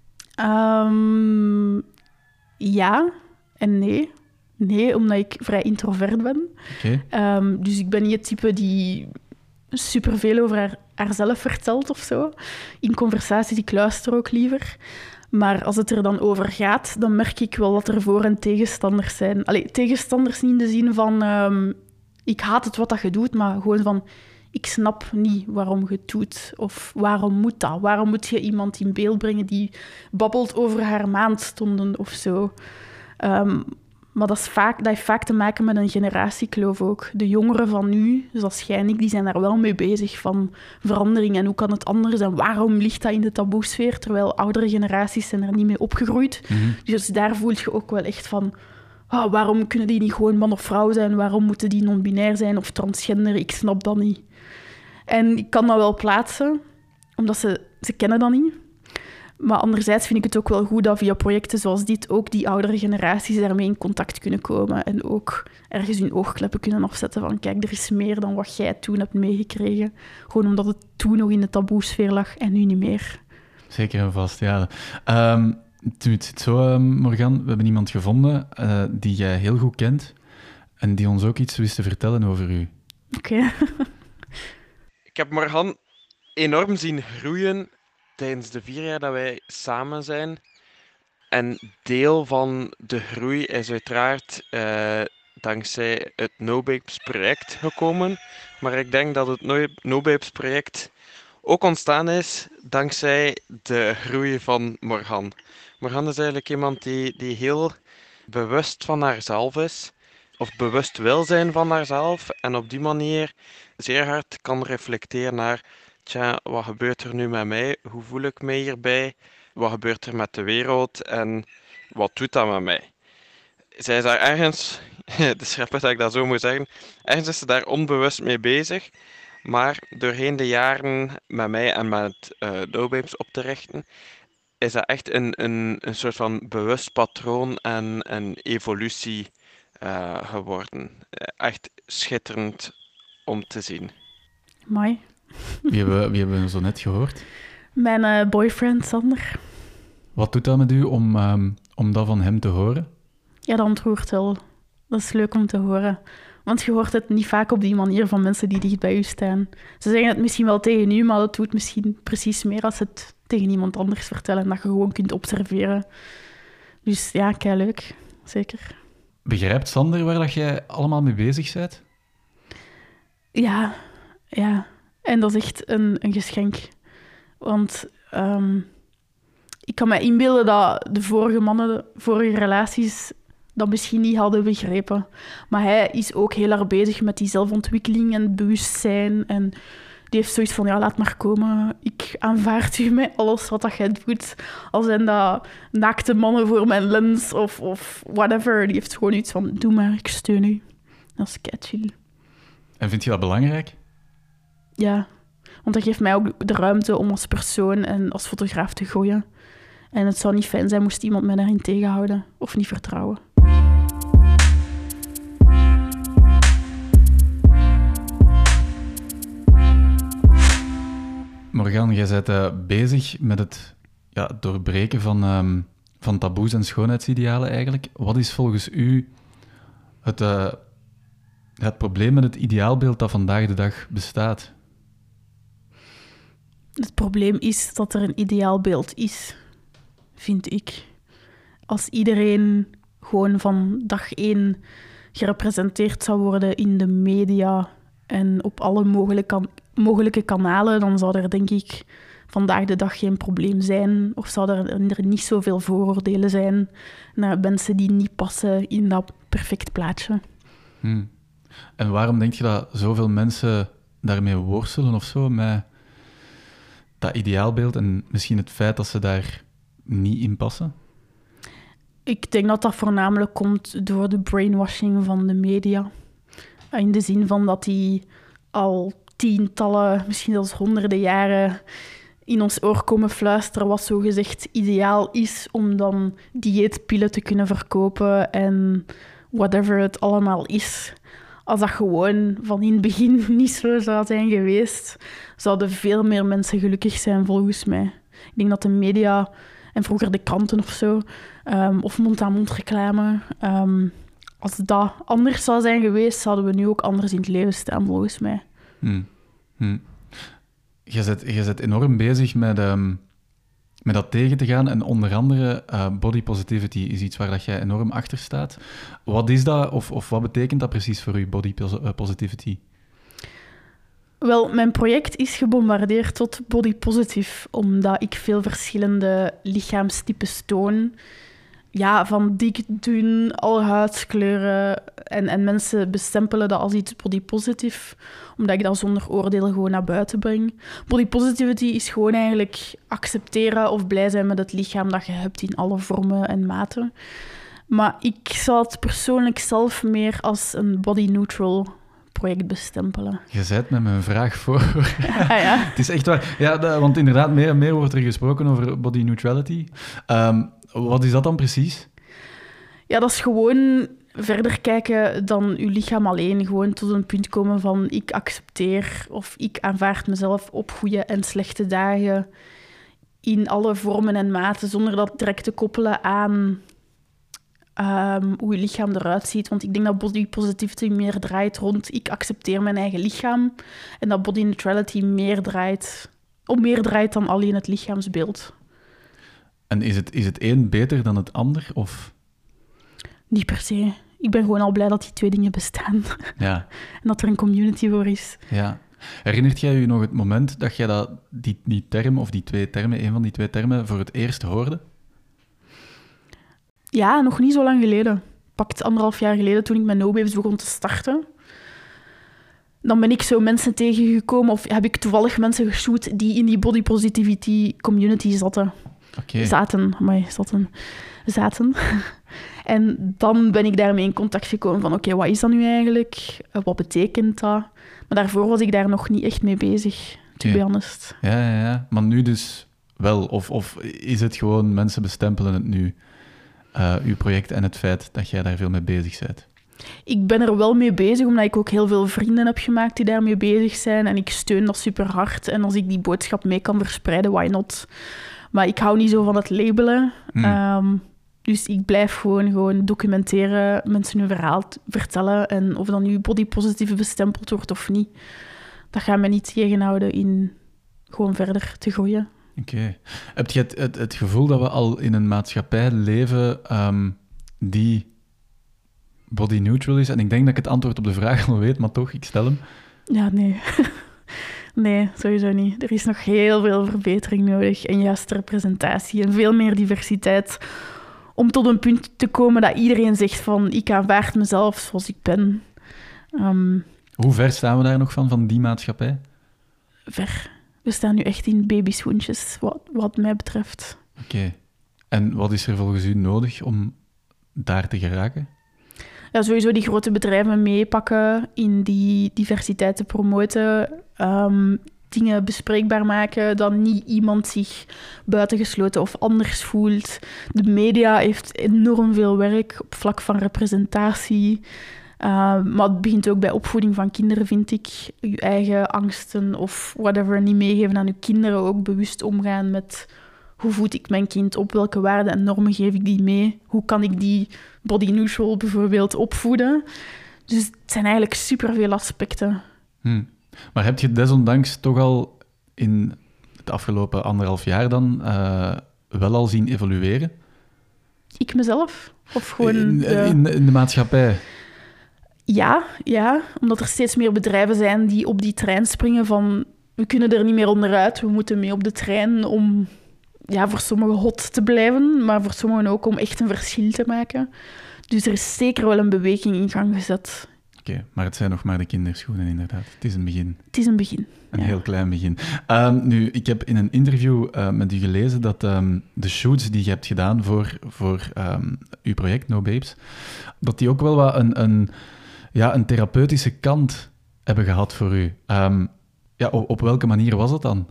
Ja en nee. Nee, omdat ik vrij introvert ben. Okay. Dus ik ben niet het type die superveel over haarzelf vertelt of zo. In conversaties, ik luister ook liever. Maar als het er dan over gaat, dan merk ik wel dat er voor- en tegenstanders zijn. Tegenstanders niet in de zin van ik haat het wat dat je doet, maar gewoon van ik snap niet waarom je het doet. Of waarom moet dat? Waarom moet je iemand in beeld brengen die babbelt over haar maandstonden of zo? Maar dat heeft vaak te maken met een generatiekloof ook. De jongeren van nu, zoals jij en ik, die zijn daar wel mee bezig van verandering en hoe kan het anders en waarom ligt dat in de taboesfeer, terwijl oudere generaties zijn er niet mee opgegroeid. Mm-hmm. Dus daar voel je ook wel echt van waarom kunnen die niet gewoon man of vrouw zijn? Waarom moeten die non-binair zijn of transgender? Ik snap dat niet. En ik kan dat wel plaatsen, omdat ze kennen dat niet. Maar anderzijds vind ik het ook wel goed dat via projecten zoals dit ook die oudere generaties daarmee in contact kunnen komen en ook ergens hun oogkleppen kunnen afzetten van kijk, er is meer dan wat jij toen hebt meegekregen. Gewoon omdat het toen nog in de taboesfeer lag en nu niet meer. Zeker en vast, ja. Het zit zo, Morgan, we hebben iemand gevonden die jij heel goed kent en die ons ook iets wist te vertellen over u. Oké. Ik heb Morgan enorm zien groeien tijdens de 4 jaar dat wij samen zijn. En deel van de groei is uiteraard dankzij het No Babes project gekomen. Maar ik denk dat het No Babes project ook ontstaan is dankzij de groei van Morgan. Morgan is eigenlijk iemand die heel bewust van haarzelf is. Of bewust wil zijn van haarzelf. En op die manier zeer hard kan reflecteren naar tja, wat gebeurt er nu met mij? Hoe voel ik mij hierbij? Wat gebeurt er met de wereld? En wat doet dat met mij? Zij is daar ergens, het is grappig dat ik dat zo moet zeggen, ergens is ze daar onbewust mee bezig. Maar doorheen de jaren met mij en met No Babes op te richten, is dat echt een soort van bewust patroon en een evolutie geworden. Echt schitterend om te zien. Mooi. Wie hebben we zo net gehoord? Mijn boyfriend, Sander. Wat doet dat met u om dat van hem te horen? Ja, dat ontroert wel. Dat is leuk om te horen. Want je hoort het niet vaak op die manier van mensen die dicht bij u staan. Ze zeggen het misschien wel tegen u, maar dat doet misschien precies meer als ze het tegen iemand anders vertellen en dat je gewoon kunt observeren. Dus ja, kei leuk. Zeker. Begrijpt Sander waar dat jij allemaal mee bezig bent? Ja. En dat is echt een geschenk. Want ik kan me inbeelden dat de vorige mannen, de vorige relaties, dat misschien niet hadden begrepen. Maar hij is ook heel erg bezig met die zelfontwikkeling en bewustzijn. En die heeft zoiets van, ja, laat maar komen. Ik aanvaard u met alles wat dat jij doet. Al zijn dat naakte mannen voor mijn lens of whatever. Die heeft gewoon iets van, doe maar, ik steun u. Dat is kei chill. En vind je dat belangrijk? Ja, want dat geeft mij ook de ruimte om als persoon en als fotograaf te groeien. En het zou niet fijn zijn moest iemand mij daarin tegenhouden of niet vertrouwen. Morgan, jij bent bezig met het doorbreken van taboes en schoonheidsidealen eigenlijk. Wat is volgens u het probleem met het ideaalbeeld dat vandaag de dag bestaat? Het probleem is dat er een ideaalbeeld is, vind ik. Als iedereen gewoon van dag 1 gerepresenteerd zou worden in de media en op alle mogelijke kanalen, dan zou er denk ik vandaag de dag geen probleem zijn. Of zouden er niet zoveel vooroordelen zijn naar mensen die niet passen in dat perfect plaatje. En waarom denk je dat zoveel mensen daarmee worstelen of zo, met dat ideaalbeeld en misschien het feit dat ze daar niet in passen? Ik denk dat dat voornamelijk komt door de brainwashing van de media. In de zin van dat die al tientallen, misschien zelfs honderden jaren in ons oor komen fluisteren wat zogezegd ideaal is om dan dieetpillen te kunnen verkopen en whatever het allemaal is. Als dat gewoon van in het begin niet zo zou zijn geweest, zouden veel meer mensen gelukkig zijn, volgens mij. Ik denk dat de media, en vroeger de kranten of zo, of mond-aan-mond reclame, als dat anders zou zijn geweest, zouden we nu ook anders in het leven staan, volgens mij. Je bent enorm bezig met dat tegen te gaan en onder andere body positivity is iets waar dat jij enorm achter staat. Wat is dat of wat betekent dat precies voor u, body positivity? Wel, mijn project is gebombardeerd tot body positive, omdat ik veel verschillende lichaamstypes toon. Ja, van dik, dun, alle huidskleuren. En mensen bestempelen dat als iets body positive, omdat ik dat zonder oordeel gewoon naar buiten breng. Body positivity is gewoon eigenlijk accepteren of blij zijn met het lichaam dat je hebt in alle vormen en maten. Maar ik zou het persoonlijk zelf meer als een body neutral project bestempelen. Je zet met mijn vraag voor. Ja. Het is echt waar. Ja, want inderdaad, meer en meer wordt er gesproken over body neutrality. Wat is dat dan precies? Ja, dat is gewoon verder kijken dan uw lichaam alleen. Gewoon tot een punt komen van ik accepteer of ik aanvaard mezelf op goede en slechte dagen in alle vormen en maten, zonder dat direct te koppelen aan hoe je lichaam eruit ziet. Want ik denk dat body positivity meer draait rond ik accepteer mijn eigen lichaam en dat body neutrality meer draait dan alleen het lichaamsbeeld. En is het een beter dan het ander? Of? Niet per se. Ik ben gewoon al blij dat die twee dingen bestaan. Ja. En dat er een community voor is. Ja. Herinnert jij je nog het moment dat jij die term, of die twee termen, een van die twee termen, voor het eerst hoorde? Ja, nog niet zo lang geleden. Pakt 1,5 jaar geleden, toen ik met NoBabes begon te starten. Dan ben ik zo mensen tegengekomen, of heb ik toevallig mensen geshoot die in die body positivity community zaten. Okay. Zaten. En dan ben ik daarmee in contact gekomen van oké, wat is dat nu eigenlijk? Wat betekent dat? Maar daarvoor was ik daar nog niet echt mee bezig, to be honest. Ja. Maar nu dus wel? Of is het gewoon mensen bestempelen het nu, uw project en het feit dat jij daar veel mee bezig bent? Ik ben er wel mee bezig, omdat ik ook heel veel vrienden heb gemaakt die daarmee bezig zijn. En ik steun dat super hard. En als ik die boodschap mee kan verspreiden, why not? Maar ik hou niet zo van het labelen. Dus ik blijf gewoon documenteren, mensen hun verhaal vertellen. En of dat nu bodypositief bestempeld wordt of niet, dat gaat me niet tegenhouden in gewoon verder te groeien. Oké. Heb je het gevoel dat we al in een maatschappij leven die body neutral is? En ik denk dat ik het antwoord op de vraag al weet, maar toch, ik stel hem. Ja, nee. Nee, sowieso niet. Er is nog heel veel verbetering nodig en juiste representatie en veel meer diversiteit om tot een punt te komen dat iedereen zegt van ik aanvaard mezelf zoals ik ben. Hoe ver staan we daar nog van die maatschappij? Ver. We staan nu echt in babyschoentjes, wat mij betreft. Oké. En wat is er volgens u nodig om daar te geraken? Ja, sowieso die grote bedrijven meepakken in die diversiteit te promoten. Dingen bespreekbaar maken, dat niet iemand zich buitengesloten of anders voelt. De media heeft enorm veel werk op vlak van representatie. Maar het begint ook bij opvoeding van kinderen, vind ik. Je eigen angsten of whatever niet meegeven aan je kinderen. Ook bewust omgaan met hoe voed ik mijn kind, op welke waarden en normen geef ik die mee. Hoe kan ik die body neutral bijvoorbeeld opvoeden. Dus het zijn eigenlijk superveel aspecten. Maar heb je desondanks toch al in het afgelopen 1,5 jaar dan wel al zien evolueren? Ik mezelf? Of gewoon in de maatschappij? Ja, omdat er steeds meer bedrijven zijn die op die trein springen van we kunnen er niet meer onderuit, we moeten mee op de trein om voor sommigen hot te blijven, maar voor sommigen ook om echt een verschil te maken. Dus er is zeker wel een beweging in gang gezet. Oké, maar het zijn nog maar de kinderschoenen inderdaad. Het is een begin. Het is een begin. Een heel klein begin. Nu, ik heb in een interview met u gelezen dat de shoots die je hebt gedaan voor uw project No Babes, dat die ook wel wat een therapeutische kant hebben gehad voor u. Op welke manier was dat dan?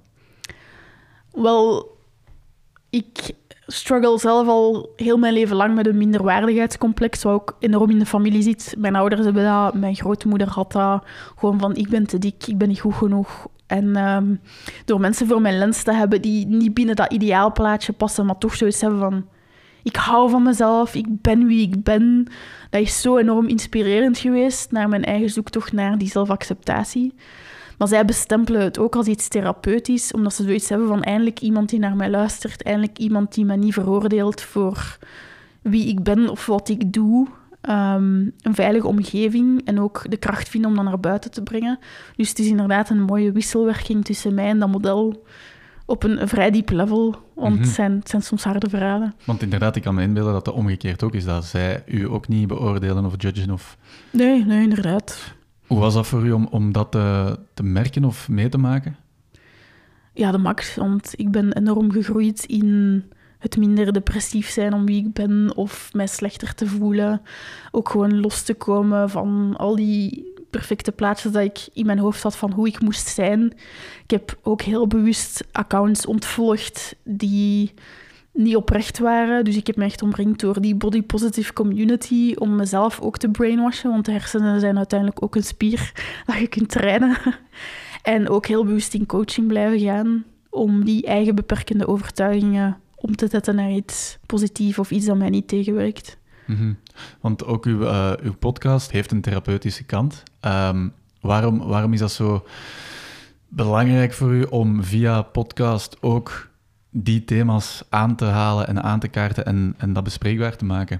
Wel, ik struggle zelf al heel mijn leven lang met een minderwaardigheidscomplex, wat ook enorm in de familie zit. Mijn ouders hebben dat, mijn grootmoeder had dat. Gewoon van, ik ben te dik, ik ben niet goed genoeg. En door mensen voor mijn lens te hebben die niet binnen dat ideaalplaatje passen, maar toch zoiets hebben van, ik hou van mezelf, ik ben wie ik ben. Dat is zo enorm inspirerend geweest naar mijn eigen zoektocht naar die zelfacceptatie. Maar zij bestempelen het ook als iets therapeutisch, omdat ze zoiets hebben van eindelijk iemand die naar mij luistert, eindelijk iemand die me niet veroordeelt voor wie ik ben of wat ik doe. Een veilige omgeving en ook de kracht vinden om dat naar buiten te brengen. Dus het is inderdaad een mooie wisselwerking tussen mij en dat model op een vrij diep level, want het zijn soms harde verhalen. Want inderdaad, ik kan me inbeelden dat het omgekeerd ook is, dat zij u ook niet beoordelen of judgen of... Nee, inderdaad. Hoe was dat voor u om dat te merken of mee te maken? Ja, de max, want ik ben enorm gegroeid in het minder depressief zijn om wie ik ben of mij slechter te voelen. Ook gewoon los te komen van al die perfecte plaatjes dat ik in mijn hoofd had van hoe ik moest zijn. Ik heb ook heel bewust accounts ontvolgd die niet oprecht waren. Dus ik heb me echt omringd door die body positive community om mezelf ook te brainwashen, want de hersenen zijn uiteindelijk ook een spier dat je kunt trainen. En ook heel bewust in coaching blijven gaan om die eigen beperkende overtuigingen om te zetten naar iets positiefs of iets dat mij niet tegenwerkt. Want ook uw podcast heeft een therapeutische kant. Waarom is dat zo belangrijk voor u om via podcast ook die thema's aan te halen en aan te kaarten en dat bespreekbaar te maken?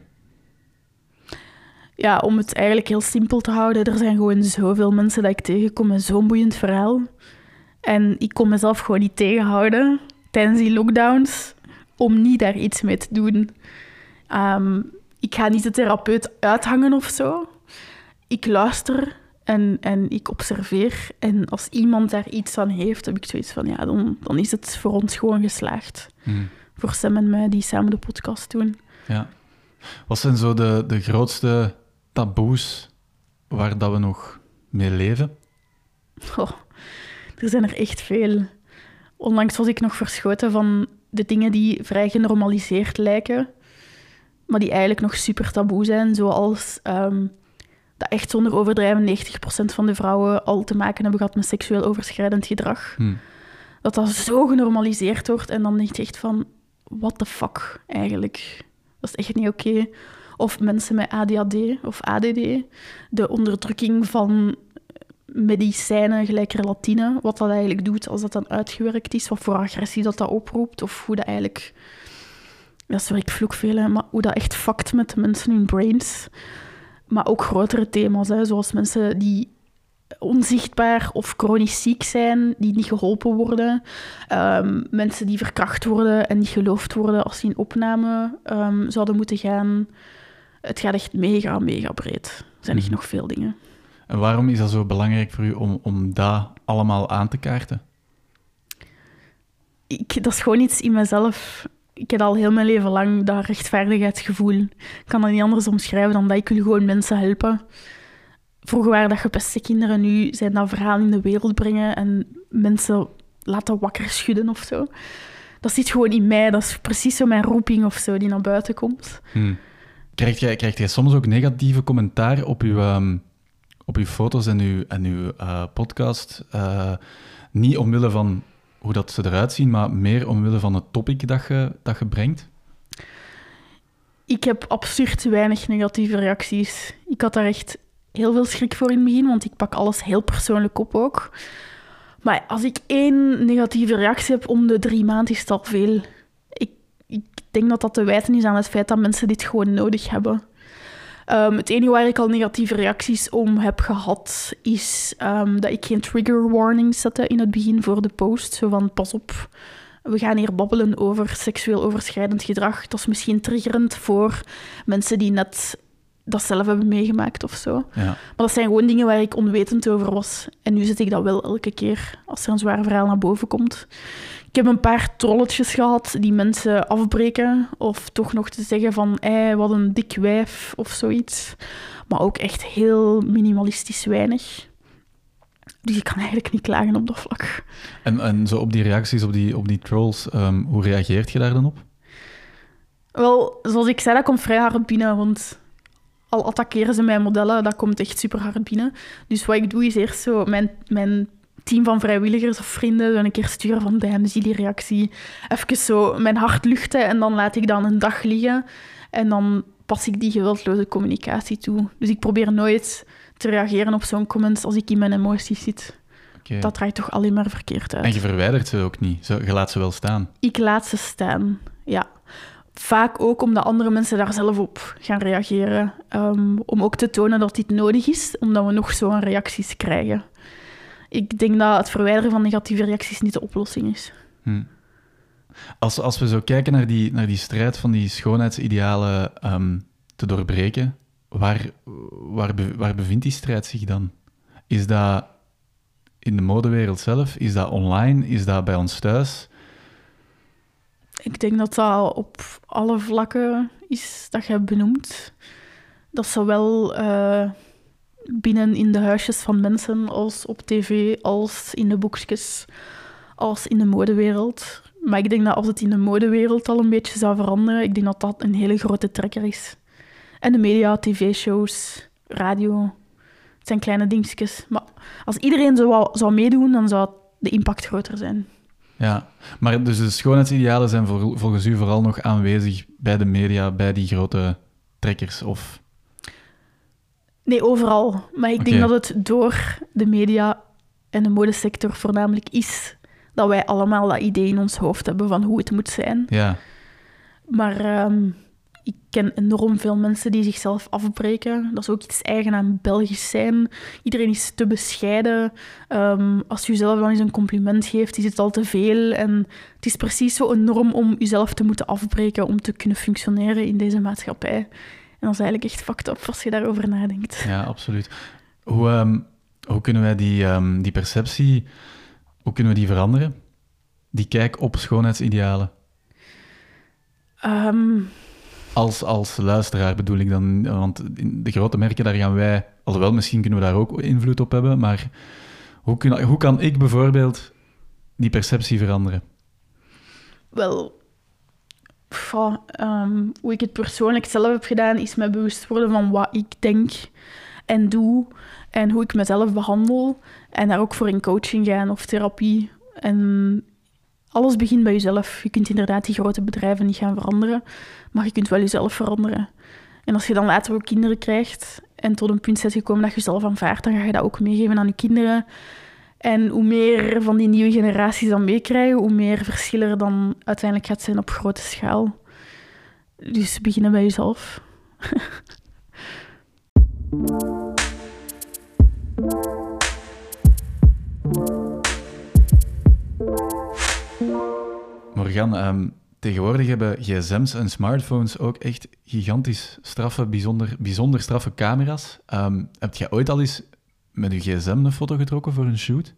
Ja, om het eigenlijk heel simpel te houden. Er zijn gewoon zoveel mensen dat ik tegenkom met zo'n boeiend verhaal. En ik kon mezelf gewoon niet tegenhouden tijdens die lockdowns om niet daar iets mee te doen. Ik ga niet de therapeut uithangen of zo. Ik luister en ik observeer. En als iemand daar iets aan heeft, heb ik zoiets van, ja, dan is het voor ons gewoon geslaagd. Voor Sam en mij, die samen de podcast doen. Ja. Wat zijn zo de grootste taboes waar dat we nog mee leven? Er zijn er echt veel. Onlangs was ik nog verschoten van de dingen die vrij genormaliseerd lijken, maar die eigenlijk nog super taboe zijn, zoals dat echt zonder overdrijven 90% van de vrouwen al te maken hebben gehad met seksueel overschrijdend gedrag. Dat zo genormaliseerd wordt en dan denk je echt van, what the fuck eigenlijk? Dat is echt niet oké. Of mensen met ADHD of ADD, de onderdrukking van medicijnen gelijk relatine, wat dat eigenlijk doet als dat dan uitgewerkt is, wat voor agressie dat oproept, of hoe dat eigenlijk... Ja, sorry, ik vloek veel, hè, maar hoe dat echt fuckt met de mensen hun brains. Maar ook grotere thema's, hè, zoals mensen die onzichtbaar of chronisch ziek zijn, die niet geholpen worden. Mensen die verkracht worden en niet geloofd worden als die in opname zouden moeten gaan. Het gaat echt mega, mega breed. Er zijn echt nog veel dingen. En waarom is dat zo belangrijk voor u om dat allemaal aan te kaarten? Dat is gewoon iets in mezelf. Ik heb al heel mijn leven lang dat rechtvaardigheidsgevoel. Ik kan dat niet anders omschrijven dan dat ik wil gewoon mensen helpen. Vroeger waren dat gepeste kinderen, nu zijn dat verhalen in de wereld brengen en mensen laten wakker schudden of zo. Dat zit gewoon in mij. Dat is precies zo mijn roeping of zo die naar buiten komt. Krijgt jij soms ook negatieve commentaar op uw foto's en uw podcast? Niet omwille van hoe dat ze eruit zien, maar meer omwille van het topic dat je brengt? Ik heb absurd weinig negatieve reacties. Ik had daar echt heel veel schrik voor in het begin, want ik pak alles heel persoonlijk op ook. Maar als ik 1 negatieve reactie heb om de 3 maanden, is het al veel. Ik denk dat dat te wijten is aan het feit dat mensen dit gewoon nodig hebben. Het enige waar ik al negatieve reacties om heb gehad, is dat ik geen trigger warnings zette in het begin voor de post. Zo van, pas op, we gaan hier babbelen over seksueel overschrijdend gedrag. Dat is misschien triggerend voor mensen die net dat zelf hebben meegemaakt of zo. Ja. Maar dat zijn gewoon dingen waar ik onwetend over was. En nu zet ik dat wel elke keer als er een zwaar verhaal naar boven komt. Ik heb een paar trolletjes gehad die mensen afbreken of toch nog te zeggen van wat een dik wijf of zoiets. Maar ook echt heel minimalistisch weinig. Dus ik kan eigenlijk niet klagen op dat vlak. En zo op die reacties, op die trolls, hoe reageert je daar dan op? Wel, zoals ik zei, dat komt vrij hard binnen, want al attackeren ze mijn modellen, dat komt echt super hard binnen. Dus wat ik doe is eerst zo mijn team van vrijwilligers of vrienden zo een keer sturen van damn, zie die reactie. Even zo mijn hart luchten en dan laat ik dan een dag liggen. En dan pas ik die geweldloze communicatie toe. Dus ik probeer nooit te reageren op zo'n comments als ik in mijn emoties zit. Okay. Dat draait toch alleen maar verkeerd uit. En je verwijdert ze ook niet? Je laat ze wel staan? Ik laat ze staan, ja. Vaak ook omdat andere mensen daar zelf op gaan reageren. Om ook te tonen dat dit nodig is, omdat we nog zo'n reacties krijgen. Ik denk dat het verwijderen van negatieve reacties niet de oplossing is. Als we zo kijken naar die strijd van die schoonheidsidealen te doorbreken, waar bevindt die strijd zich dan? Is dat in de modewereld zelf? Is dat online? Is dat bij ons thuis? Ik denk dat dat op alle vlakken is dat je hebt benoemd. Dat zowel binnen in de huisjes van mensen als op tv, als in de boekjes, als in de modewereld. Maar ik denk dat als het in de modewereld al een beetje zou veranderen, ik denk dat dat een hele grote trekker is. En de media, tv-shows, radio, het zijn kleine dingetjes. Maar als iedereen zo zou meedoen, dan zou de impact groter zijn. Ja, maar dus de schoonheidsidealen zijn volgens u vooral nog aanwezig bij de media, bij die grote trekkers, of... Nee, overal. Maar ik denk dat het door de media en de modesector voornamelijk is dat wij allemaal dat idee in ons hoofd hebben van hoe het moet zijn. Ja. Maar ik ken enorm veel mensen die zichzelf afbreken. Dat is ook iets eigen aan Belgisch zijn. Iedereen is te bescheiden. Als je jezelf dan eens een compliment geeft, is het al te veel. En het is precies zo een norm om jezelf te moeten afbreken om te kunnen functioneren in deze maatschappij. En dat is eigenlijk echt fucked up als je daarover nadenkt. Ja, absoluut. Hoe kunnen wij die perceptie, hoe kunnen we die veranderen? Die kijk op schoonheidsidealen. Als luisteraar bedoel ik dan, want de grote merken, daar gaan wij, alhoewel misschien kunnen we daar ook invloed op hebben, maar hoe kan ik bijvoorbeeld die perceptie veranderen? Wel, hoe ik het persoonlijk zelf heb gedaan, is mij bewust worden van wat ik denk en doe. En hoe ik mezelf behandel. En daar ook voor in coaching gaan of therapie. En alles begint bij jezelf. Je kunt inderdaad die grote bedrijven niet gaan veranderen. Maar je kunt wel jezelf veranderen. En als je dan later ook kinderen krijgt en tot een punt bent gekomen dat je jezelf aanvaardt, dan ga je dat ook meegeven aan je kinderen. En hoe meer van die nieuwe generaties dan meekrijgen, hoe meer verschillen er dan uiteindelijk gaat zijn op grote schaal. Dus beginnen bij jezelf. Morgan, tegenwoordig hebben gsm's en smartphones ook echt gigantisch straffe, bijzonder straffe camera's. Heb jij ooit al eens met je gsm een foto getrokken voor een shoot?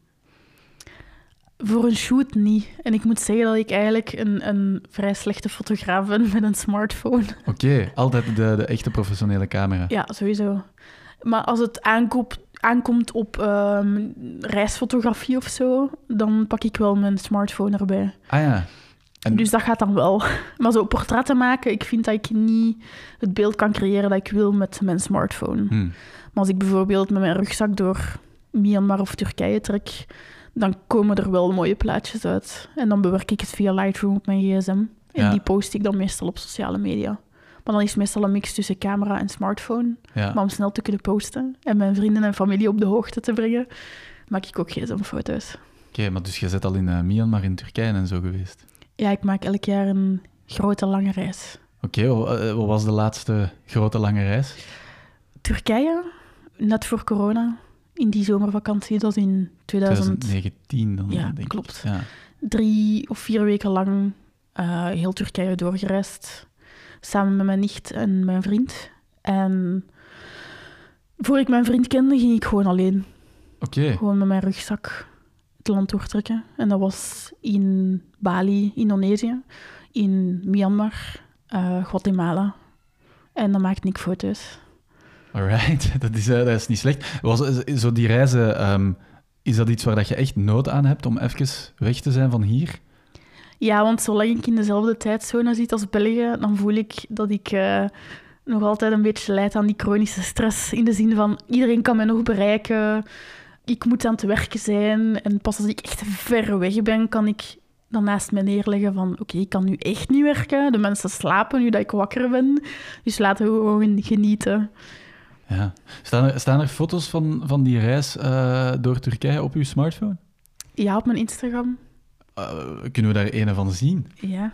Voor een shoot niet. En ik moet zeggen dat ik eigenlijk een vrij slechte fotograaf ben met een smartphone. Oké, altijd de echte professionele camera. Ja, sowieso. Maar als het aankomt op reisfotografie of zo, dan pak ik wel mijn smartphone erbij. Ah ja. En... Dus dat gaat dan wel. Maar zo portretten maken, ik vind dat ik niet het beeld kan creëren dat ik wil met mijn smartphone. Maar als ik bijvoorbeeld met mijn rugzak door Myanmar of Turkije trek, dan komen er wel mooie plaatjes uit. En dan bewerk ik het via Lightroom op mijn gsm. En die post ik dan meestal op sociale media. Maar dan is het meestal een mix tussen camera en smartphone. Ja. Maar om snel te kunnen posten en mijn vrienden en familie op de hoogte te brengen, maak ik ook gsm-foto's. Oké, maar dus je bent al in Myanmar, in Turkije en zo geweest? Ja, ik maak elk jaar een grote, lange reis. Oké, wat was de laatste grote, lange reis? Turkije, net voor corona, in die zomervakantie. Dat was in 2019 dan, ja, denk ik. Klopt. Ja. 3 of 4 weken lang heel Turkije doorgereisd. Samen met mijn nicht en mijn vriend. En voor ik mijn vriend kende, ging ik gewoon alleen. Oké. Gewoon met mijn rugzak het land doortrekken. En dat was in Bali, Indonesië, in Myanmar, Guatemala. En dan maakte ik foto's. Alright, dat is niet slecht. Zo die reizen, is dat iets waar dat je echt nood aan hebt om even weg te zijn van hier? Ja, want zolang ik in dezelfde tijdzone zit als België, dan voel ik dat ik nog altijd een beetje lijd aan die chronische stress. In de zin van, iedereen kan mij nog bereiken. Ik moet aan het werken zijn. En pas als ik echt ver weg ben, kan ik dan naast mij neerleggen van... Oké, ik kan nu echt niet werken. De mensen slapen nu dat ik wakker ben. Dus laten we gewoon genieten. Ja. Staan er foto's van die reis door Turkije op uw smartphone? Ja, op mijn Instagram. Kunnen we daar een van zien? Ja.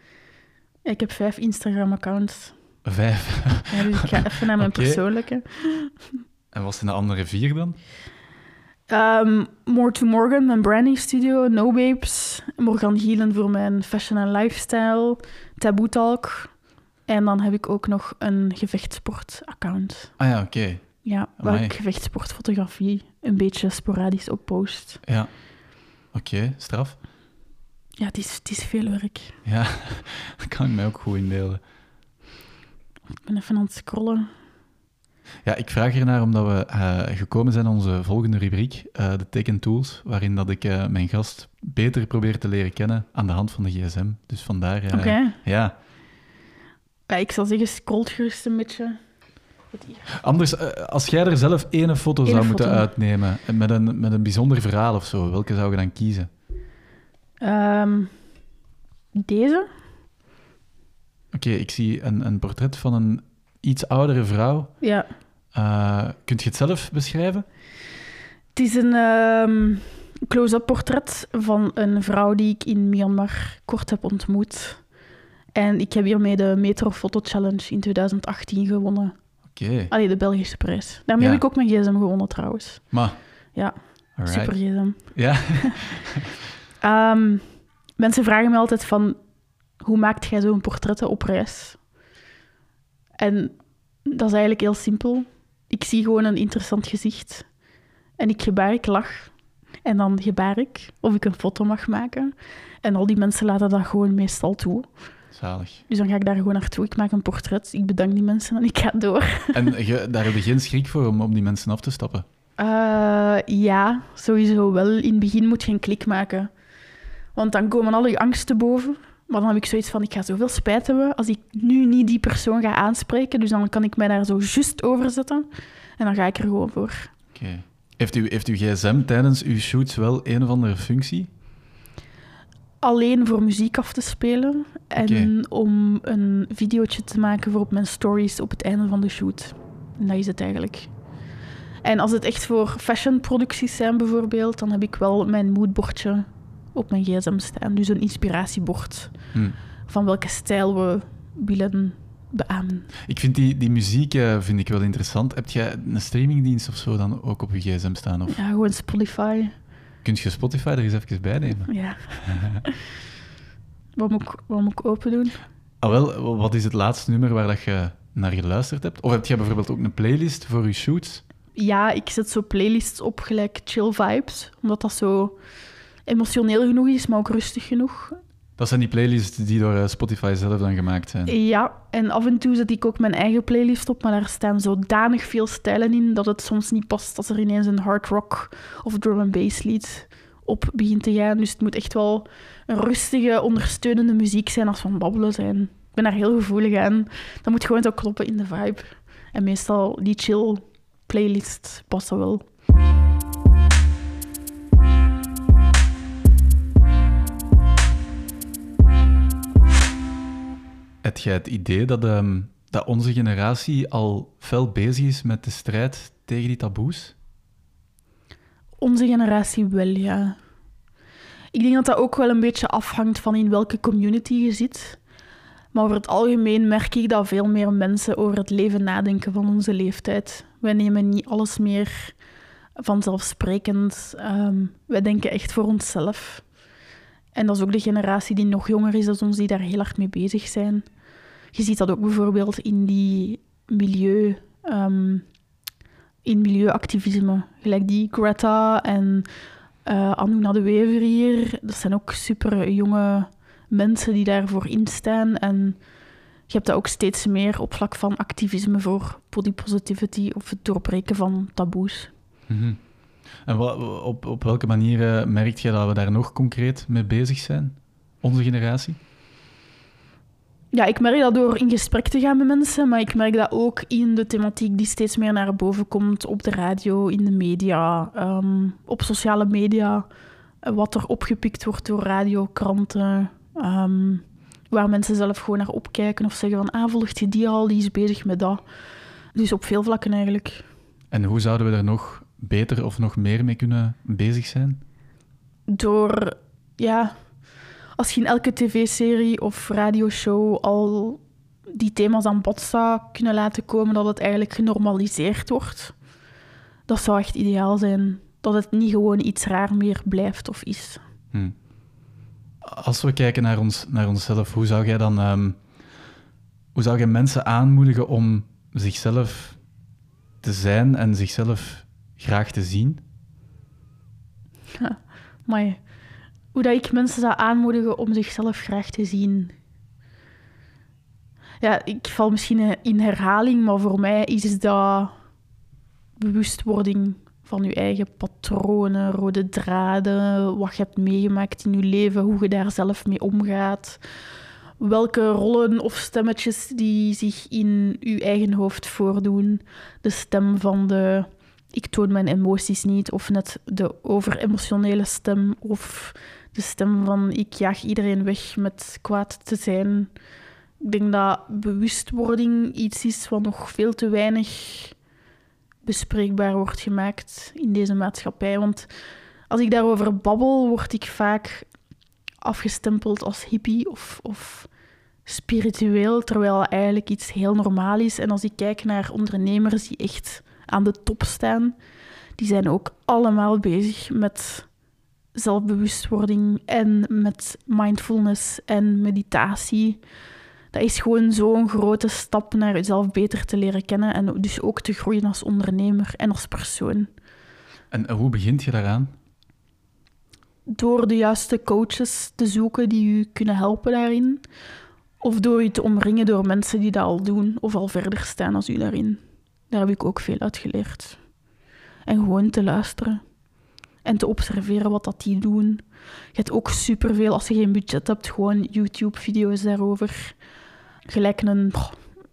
Ik heb 5 Instagram-accounts. 5? Ja, dus ik ga even naar mijn persoonlijke. En wat zijn de andere 4 dan? More to Morgan, mijn branding studio. No Babes. Morgan Gielen voor mijn fashion en lifestyle. Taboo Talk. En dan heb ik ook nog een gevechtsport-account. Ah ja, oké. Ja, waar ik gevechtsportfotografie een beetje sporadisch op post. Ja. Oké, straf. Ja, het is veel werk. Ja, dat kan ik mij ook goed inbeelden. Ik ben even aan het scrollen. Ja, ik vraag hiernaar omdat we gekomen zijn aan onze volgende rubriek, de Tech and Tools, waarin dat ik mijn gast beter probeer te leren kennen aan de hand van de gsm. Dus vandaar... Oké. Ja. Ja, ik zou zeggen, scrolt gerust een beetje. Anders, als jij er zelf één foto zou moeten uitnemen, met een bijzonder verhaal of zo, welke zou je dan kiezen? Deze. Oké, ik zie een portret van een iets oudere vrouw. Ja. Kunt je het zelf beschrijven? Het is een close-up portret van een vrouw die ik in Myanmar kort heb ontmoet. En ik heb hiermee de Metro Photo Challenge in 2018 gewonnen. Oké. Allee, de Belgische prijs. Daarmee heb ik ook mijn gsm gewonnen, trouwens. Maar. Ja, alright. Super gsm. Ja. Mensen vragen me altijd van, hoe maakt jij zo'n portretten op reis? En dat is eigenlijk heel simpel. Ik zie gewoon een interessant gezicht. En ik gebaar, ik lach. En dan gebaar ik of ik een foto mag maken. En al die mensen laten dat gewoon meestal toe. Zalig. Dus dan ga ik daar gewoon naartoe. Ik maak een portret, ik bedank die mensen en ik ga door. En daar heb je geen schrik voor om op die mensen af te stappen? Ja, sowieso wel. In het begin moet je een klik maken. Want dan komen alle je angsten boven. Maar dan heb ik zoiets van, ik ga zoveel spijt hebben als ik nu niet die persoon ga aanspreken. Dus dan kan ik mij daar zo juist over zetten. En dan ga ik er gewoon voor. Oké. Heeft uw gsm tijdens uw shoots wel een of andere functie? Alleen voor muziek af te spelen en om een videootje te maken voor op mijn stories op het einde van de shoot. En dat is het eigenlijk. En als het echt voor fashionproducties zijn bijvoorbeeld, dan heb ik wel mijn moodbordje op mijn gsm staan. Dus een inspiratiebord van welke stijl we willen beamen. Ik vind die muziek vind ik wel interessant. Heb jij een streamingdienst of zo dan ook op je gsm staan? Of? Ja, gewoon Spotify. Kun je Spotify er eens even bij nemen? Ja. Wat moet ik open doen? Ah, wel, wat is het laatste nummer waar dat je naar geluisterd hebt? Of heb jij bijvoorbeeld ook een playlist voor je shoots? Ja, ik zet zo playlists op gelijk chill vibes, omdat dat zo emotioneel genoeg is, maar ook rustig genoeg. Dat zijn die playlists die door Spotify zelf dan gemaakt zijn? Ja, en af en toe zet ik ook mijn eigen playlist op, maar daar staan zodanig veel stijlen in dat het soms niet past als er ineens een hard rock of drum and bass lied op begint te gaan. Dus het moet echt wel een rustige, ondersteunende muziek zijn als we aan het babbelen zijn. Ik ben daar heel gevoelig aan. Dat moet gewoon ook kloppen in de vibe. En meestal die chill playlist past dat wel. Heb jij het idee dat onze generatie al fel bezig is met de strijd tegen die taboes? Onze generatie wel, ja. Ik denk dat dat ook wel een beetje afhangt van in welke community je zit. Maar over het algemeen merk ik dat veel meer mensen over het leven nadenken van onze leeftijd. Wij nemen niet alles meer vanzelfsprekend. Wij denken echt voor onszelf. En dat is ook de generatie die nog jonger is dan ons, die daar heel hard mee bezig zijn. Je ziet dat ook bijvoorbeeld in die milieuactivisme. Gelijk die Greta en Anuna de Wever hier. Dat zijn ook super jonge mensen die daarvoor instaan. En je hebt dat ook steeds meer op vlak van activisme voor body positivity of het doorbreken van taboes. Mm-hmm. En op welke manier merk je dat we daar nog concreet mee bezig zijn? Onze generatie? Ja, ik merk dat door in gesprek te gaan met mensen, maar ik merk dat ook in de thematiek die steeds meer naar boven komt op de radio, in de media, op sociale media, wat er opgepikt wordt door radio, kranten, waar mensen zelf gewoon naar opkijken of zeggen van, volgt je die al, die is bezig met dat. Dus op veel vlakken eigenlijk. En hoe zouden we daar nog beter of nog meer mee kunnen bezig zijn? Door, als je in elke tv-serie of radioshow al die thema's aan bod zou kunnen laten komen, dat het eigenlijk genormaliseerd wordt. Dat zou echt ideaal zijn. Dat het niet gewoon iets raar meer blijft of is. Als we kijken naar onszelf, hoe zou jij dan mensen aanmoedigen om zichzelf te zijn en zichzelf graag te zien? Ja, maar hoe dat ik mensen zou aanmoedigen om zichzelf graag te zien. Ja, ik val misschien in herhaling, maar voor mij is dat bewustwording van je eigen patronen, rode draden, wat je hebt meegemaakt in je leven, hoe je daar zelf mee omgaat, welke rollen of stemmetjes die zich in je eigen hoofd voordoen. De stem van de ik toon mijn emoties niet, of net de overemotionele stem, of de stem van ik jaag iedereen weg met kwaad te zijn. Ik denk dat bewustwording iets is wat nog veel te weinig bespreekbaar wordt gemaakt in deze maatschappij. Want als ik daarover babbel, word ik vaak afgestempeld als hippie of spiritueel, terwijl dat eigenlijk iets heel normaal is. En als ik kijk naar ondernemers die echt aan de top staan, die zijn ook allemaal bezig met zelfbewustwording en met mindfulness en meditatie. Dat is gewoon zo'n grote stap naar jezelf beter te leren kennen en dus ook te groeien als ondernemer en als persoon. En hoe begint je daaraan? Door de juiste coaches te zoeken die je kunnen helpen daarin. Of door je te omringen door mensen die dat al doen of al verder staan als u daarin. Daar heb ik ook veel uit geleerd. En gewoon te luisteren. En te observeren wat dat die doen. Je hebt ook superveel, als je geen budget hebt, gewoon YouTube-video's daarover. Gelijk een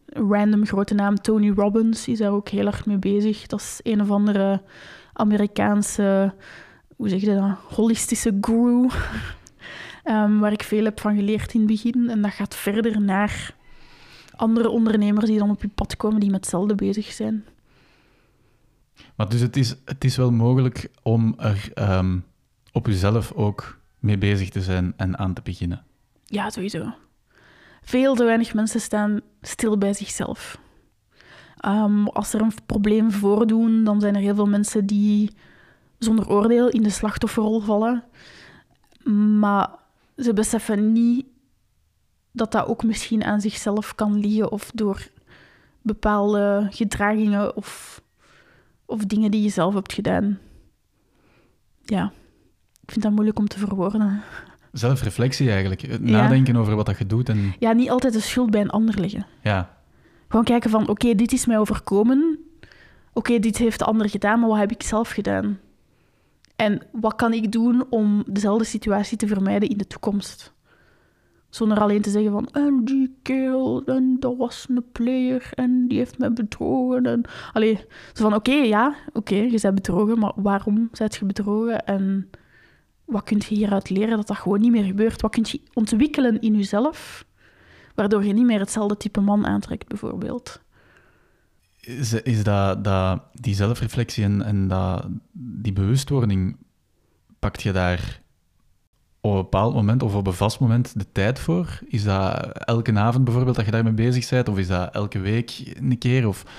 random grote naam Tony Robbins is daar ook heel erg mee bezig. Dat is een of andere Amerikaanse, hoe zeg je dat, holistische guru, waar ik veel heb van geleerd in het begin. En dat gaat verder naar andere ondernemers die dan op je pad komen die met hetzelfde bezig zijn. Maar dus het is wel mogelijk om er op jezelf ook mee bezig te zijn en aan te beginnen. Ja, sowieso. Veel te weinig mensen staan stil bij zichzelf. Als er een probleem voordoen, dan zijn er heel veel mensen die zonder oordeel in de slachtofferrol vallen. Maar ze beseffen niet dat dat ook misschien aan zichzelf kan liggen of door bepaalde gedragingen of dingen die je zelf hebt gedaan. Ja, ik vind dat moeilijk om te verwoorden. Zelfreflectie eigenlijk. Nadenken over wat dat je doet. En... Ja, niet altijd de schuld bij een ander leggen. Ja. Gewoon kijken van, oké, dit is mij overkomen. Oké, dit heeft de ander gedaan, maar wat heb ik zelf gedaan? En wat kan ik doen om dezelfde situatie te vermijden in de toekomst? Zonder alleen te zeggen van, en die kerel, en dat was een player, en die heeft mij bedrogen. En... Allee, zo van, oké, je bent bedrogen, maar waarom ben je bedrogen? En wat kun je hieruit leren dat dat gewoon niet meer gebeurt? Wat kun je ontwikkelen in jezelf, waardoor je niet meer hetzelfde type man aantrekt, bijvoorbeeld? Is dat die zelfreflectie en die bewustwording, pakt je daar op een bepaald moment of op een vast moment de tijd voor? Is dat elke avond bijvoorbeeld dat je daarmee bezig bent? Of is dat elke week een keer? Of...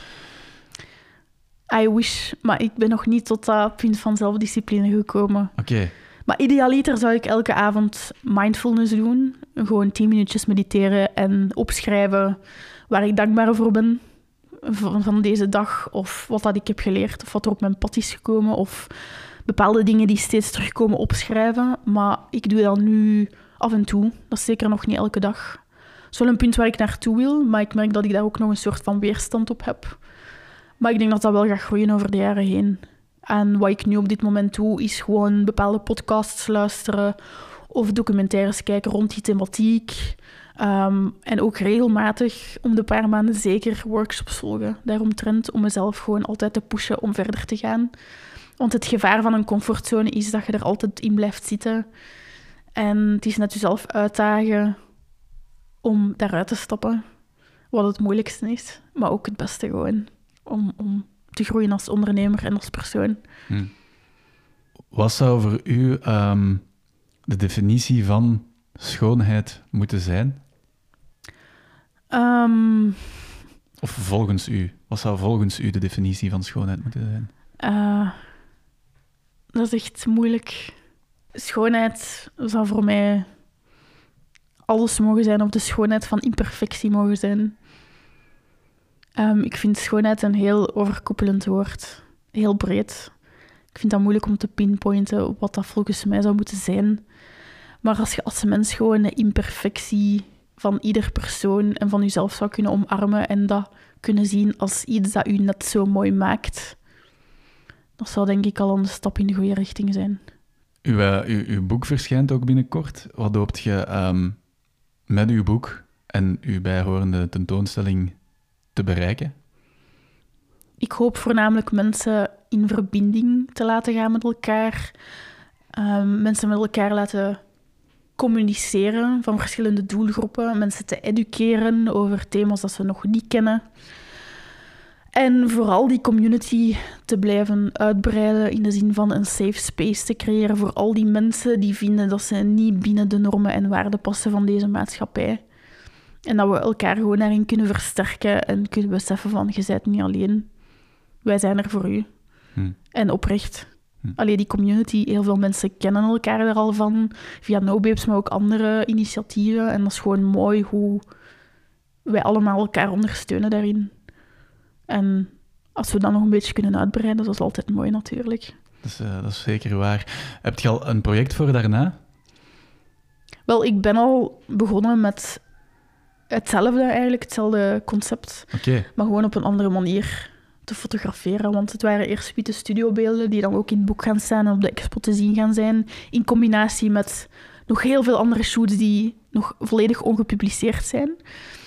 I wish, maar ik ben nog niet tot dat punt van zelfdiscipline gekomen. Oké. Maar idealiter zou ik elke avond mindfulness doen. Gewoon 10 minuutjes mediteren en opschrijven waar ik dankbaar voor ben van deze dag. Of wat dat ik heb geleerd, of wat er op mijn pad is gekomen. Of bepaalde dingen die steeds terugkomen opschrijven. Maar ik doe dat nu af en toe. Dat is zeker nog niet elke dag. Dat is wel een punt waar ik naartoe wil, maar ik merk dat ik daar ook nog een soort van weerstand op heb. Maar ik denk dat dat wel gaat groeien over de jaren heen. En wat ik nu op dit moment doe, is gewoon bepaalde podcasts luisteren of documentaires kijken rond die thematiek. En ook regelmatig, om de paar maanden zeker, workshops volgen daaromtrent, om mezelf gewoon altijd te pushen om verder te gaan. Want het gevaar van een comfortzone is dat je er altijd in blijft zitten. En het is net jezelf uitdagen om daaruit te stappen, wat het moeilijkste is, maar ook het beste gewoon, om te groeien als ondernemer en als persoon. Wat zou voor u de definitie van schoonheid moeten zijn? Of volgens u? Wat zou volgens u de definitie van schoonheid moeten zijn? Dat is echt moeilijk. Schoonheid zou voor mij alles mogen zijn, of de schoonheid van imperfectie mogen zijn. Ik vind schoonheid een heel overkoepelend woord. Heel breed. Ik vind dat moeilijk om te pinpointen wat dat volgens mij zou moeten zijn. Maar als je als mens gewoon de imperfectie van ieder persoon en van jezelf zou kunnen omarmen en dat kunnen zien als iets dat u net zo mooi maakt, dat zou denk ik al een stap in de goede richting zijn. Uw boek verschijnt ook binnenkort. Wat hoopt je met uw boek en uw bijhorende tentoonstelling te bereiken? Ik hoop voornamelijk mensen in verbinding te laten gaan met elkaar. Mensen met elkaar laten communiceren van verschillende doelgroepen. Mensen te educeren over thema's dat ze nog niet kennen. En vooral die community te blijven uitbreiden in de zin van een safe space te creëren voor al die mensen die vinden dat ze niet binnen de normen en waarden passen van deze maatschappij. En dat we elkaar gewoon daarin kunnen versterken en kunnen beseffen van, je bent niet alleen. Wij zijn er voor u. En oprecht. Allee, die community, heel veel mensen kennen elkaar er al van. Via NoBabes, maar ook andere initiatieven. En dat is gewoon mooi hoe wij allemaal elkaar ondersteunen daarin. En als we dat nog een beetje kunnen uitbreiden, dat is altijd mooi natuurlijk. Dat is zeker waar. Heb je al een project voor daarna? Wel, ik ben al begonnen met hetzelfde concept. Okay. Maar gewoon op een andere manier te fotograferen. Want het waren eerst witte studiobeelden die dan ook in het boek gaan staan en op de expo te zien gaan zijn. In combinatie met nog heel veel andere shoots die nog volledig ongepubliceerd zijn.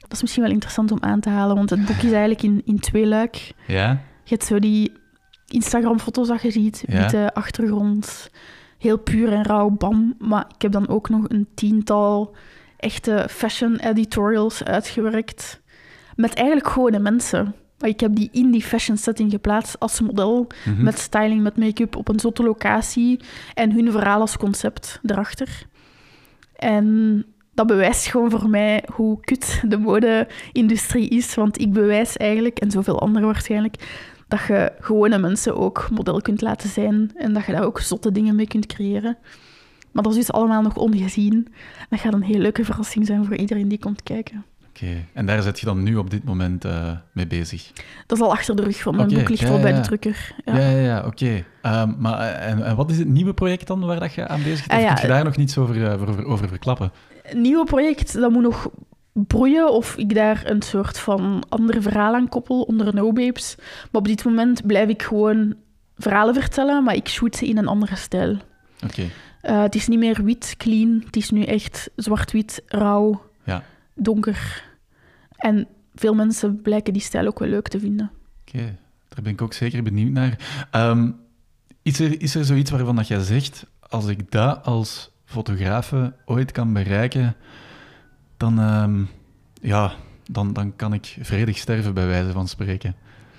Dat is misschien wel interessant om aan te halen, want het boek is eigenlijk in 2 luik. Ja? Je hebt zo die Instagram-foto's dat je ziet, witte achtergrond, heel puur en rauw, bam. Maar ik heb dan ook nog een 10-tal echte fashion editorials uitgewerkt. Met eigenlijk gewone mensen. Maar ik heb die in die fashion setting geplaatst als model. Met styling, met make-up, op een zotte locatie. En hun verhaal als concept erachter. En dat bewijst gewoon voor mij hoe kut de mode-industrie is. Want ik bewijs eigenlijk, en zoveel anderen waarschijnlijk, dat je gewone mensen ook model kunt laten zijn. En dat je daar ook zotte dingen mee kunt creëren. Maar dat is dus allemaal nog ongezien. Dat gaat een heel leuke verrassing zijn voor iedereen die komt kijken. Oké. En daar zit je dan nu op dit moment mee bezig? Dat is al achter de rug, want mijn boek ligt al bij de drukker. Ja, oké. Maar en wat is het nieuwe project dan waar dat je aan bezig bent? Of kun je daar nog niets over verklappen? Een nieuwe project, dat moet nog broeien of ik daar een soort van ander verhaal aan koppel onder No Babes. Maar op dit moment blijf ik gewoon verhalen vertellen, maar ik shoot ze in een andere stijl. Oké. Het is niet meer wit, clean. Het is nu echt zwart-wit, rauw, donker. En veel mensen blijken die stijl ook wel leuk te vinden. Oké, daar ben ik ook zeker benieuwd naar. Is er zoiets waarvan dat jij zegt, als ik dat als fotografe ooit kan bereiken, dan kan ik vredig sterven, bij wijze van spreken?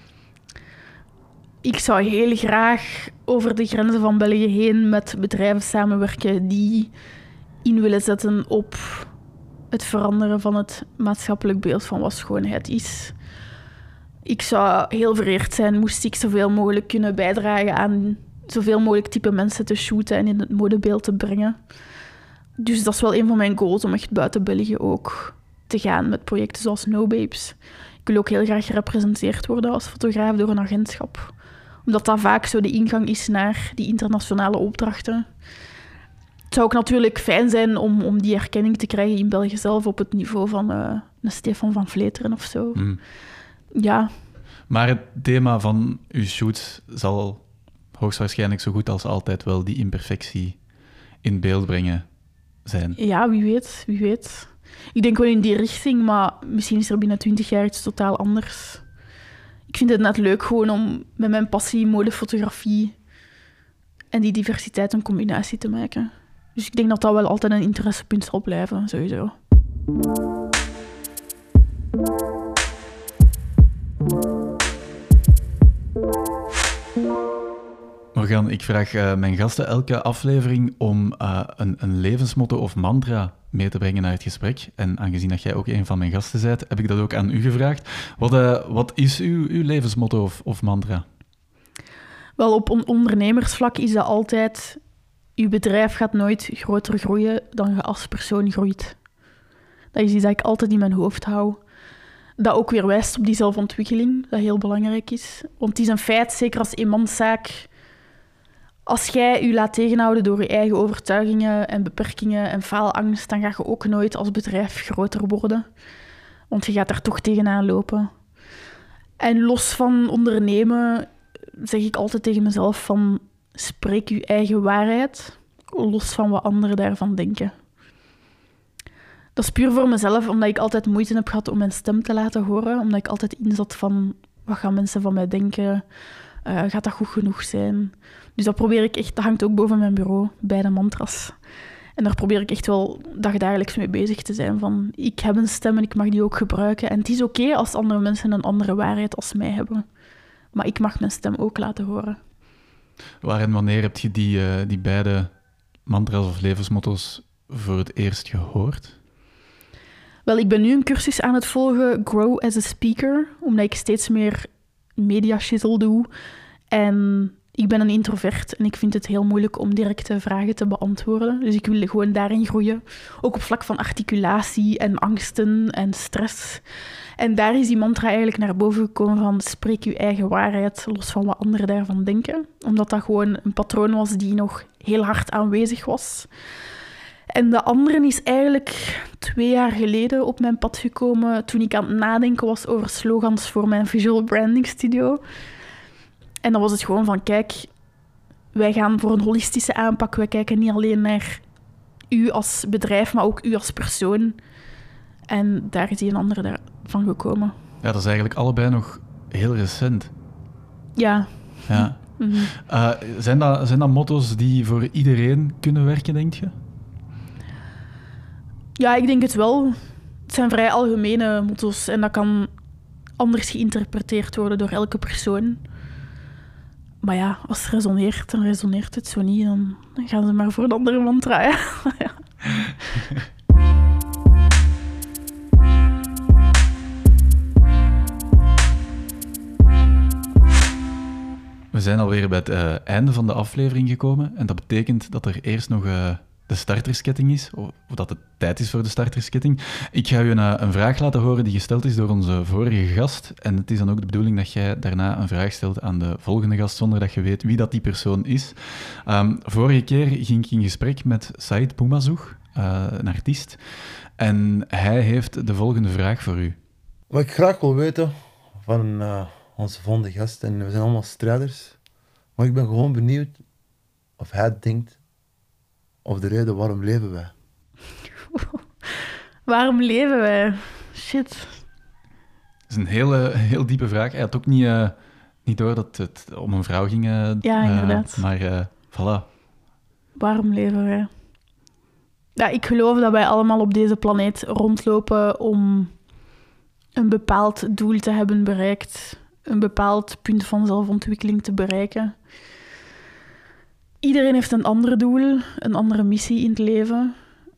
Ik zou heel graag over de grenzen van België heen met bedrijven samenwerken die in willen zetten op het veranderen van het maatschappelijk beeld van wat schoonheid is. Ik zou heel vereerd zijn moest ik zoveel mogelijk kunnen bijdragen aan zoveel mogelijk type mensen te shooten en in het modebeeld te brengen. Dus dat is wel een van mijn goals, om echt buiten België ook te gaan met projecten zoals No Babes. Ik wil ook heel graag gerepresenteerd worden als fotograaf door een agentschap. Omdat dat vaak zo de ingang is naar die internationale opdrachten. Het zou ook natuurlijk fijn zijn om die erkenning te krijgen in België zelf op het niveau van een Stefan van Vleteren of zo. Ja. Maar het thema van uw shoot zal hoogstwaarschijnlijk zo goed als altijd wel die imperfectie in beeld brengen zijn. Ja, wie weet. Ik denk wel in die richting, maar misschien is er binnen 20 jaar iets totaal anders. Ik vind het net leuk gewoon om met mijn passie, modefotografie en die diversiteit een combinatie te maken. Dus ik denk dat dat wel altijd een interessepunt zal blijven, sowieso. Morgan, ik vraag mijn gasten elke aflevering om een levensmotto of mantra mee te brengen naar het gesprek. En aangezien dat jij ook een van mijn gasten bent, heb ik dat ook aan u gevraagd. Wat is uw levensmotto of mantra? Wel, op ondernemersvlak is dat altijd: je bedrijf gaat nooit groter groeien dan je als persoon groeit. Dat is iets dat ik altijd in mijn hoofd hou. Dat ook weer wijst op die zelfontwikkeling, dat heel belangrijk is. Want het is een feit, zeker als eenmanszaak. Als jij je laat tegenhouden door je eigen overtuigingen en beperkingen en faalangst, dan ga je ook nooit als bedrijf groter worden. Want je gaat daar toch tegenaan lopen. En los van ondernemen zeg ik altijd tegen mezelf van: spreek je eigen waarheid, los van wat anderen daarvan denken. Dat is puur voor mezelf, omdat ik altijd moeite heb gehad om mijn stem te laten horen. Omdat ik altijd inzat van: wat gaan mensen van mij denken? Gaat dat goed genoeg zijn? Dus dat probeer ik echt, dat hangt ook boven mijn bureau, bij de mantras. En daar probeer ik echt wel dagelijks mee bezig te zijn. Van, ik heb een stem en ik mag die ook gebruiken. En het is oké als andere mensen een andere waarheid als mij hebben. Maar ik mag mijn stem ook laten horen. Waar en wanneer heb je die beide mantras of levensmotto's voor het eerst gehoord? Wel, ik ben nu een cursus aan het volgen, Grow as a Speaker, omdat ik steeds meer media-shizzle doe. En ik ben een introvert en ik vind het heel moeilijk om directe vragen te beantwoorden. Dus ik wil gewoon daarin groeien. Ook op vlak van articulatie en angsten en stress. En daar is die mantra eigenlijk naar boven gekomen van: spreek je eigen waarheid, los van wat anderen daarvan denken. Omdat dat gewoon een patroon was die nog heel hard aanwezig was. En de andere is eigenlijk 2 jaar geleden op mijn pad gekomen toen ik aan het nadenken was over slogans voor mijn visual branding studio. En dan was het gewoon van: kijk, wij gaan voor een holistische aanpak. Wij kijken niet alleen naar u als bedrijf, maar ook u als persoon. En daar is die een andere van gekomen. Ja, dat is eigenlijk allebei nog heel recent. Ja. Ja. Mm-hmm. Zijn dat motto's die voor iedereen kunnen werken, denk je? Ja, ik denk het wel. Het zijn vrij algemene motto's en dat kan anders geïnterpreteerd worden door elke persoon. Maar ja, als het resoneert, dan resoneert het. Zo niet, dan gaan ze maar voor een andere mantra. Ja. Ja. We zijn alweer bij het einde van de aflevering gekomen. En dat betekent dat er eerst nog de startersketting is. Of dat het tijd is voor de startersketting. Ik ga u een vraag laten horen die gesteld is door onze vorige gast. En het is dan ook de bedoeling dat jij daarna een vraag stelt aan de volgende gast, zonder dat je weet wie dat die persoon is. Vorige keer ging ik in gesprek met Said Boumazoug, een artiest. En hij heeft de volgende vraag voor u. Wat ik graag wil weten van onze volgende gast, en we zijn allemaal strijders, maar ik ben gewoon benieuwd of hij denkt of de reden waarom leven wij. Waarom leven wij? Shit. Dat is een heel diepe vraag. Hij had ook niet door dat het om een vrouw ging. Ja, inderdaad. Maar voilà. Waarom leven wij? Ja, ik geloof dat wij allemaal op deze planeet rondlopen om een bepaald doel te hebben bereikt. Een bepaald punt van zelfontwikkeling te bereiken. Iedereen heeft een ander doel, een andere missie in het leven.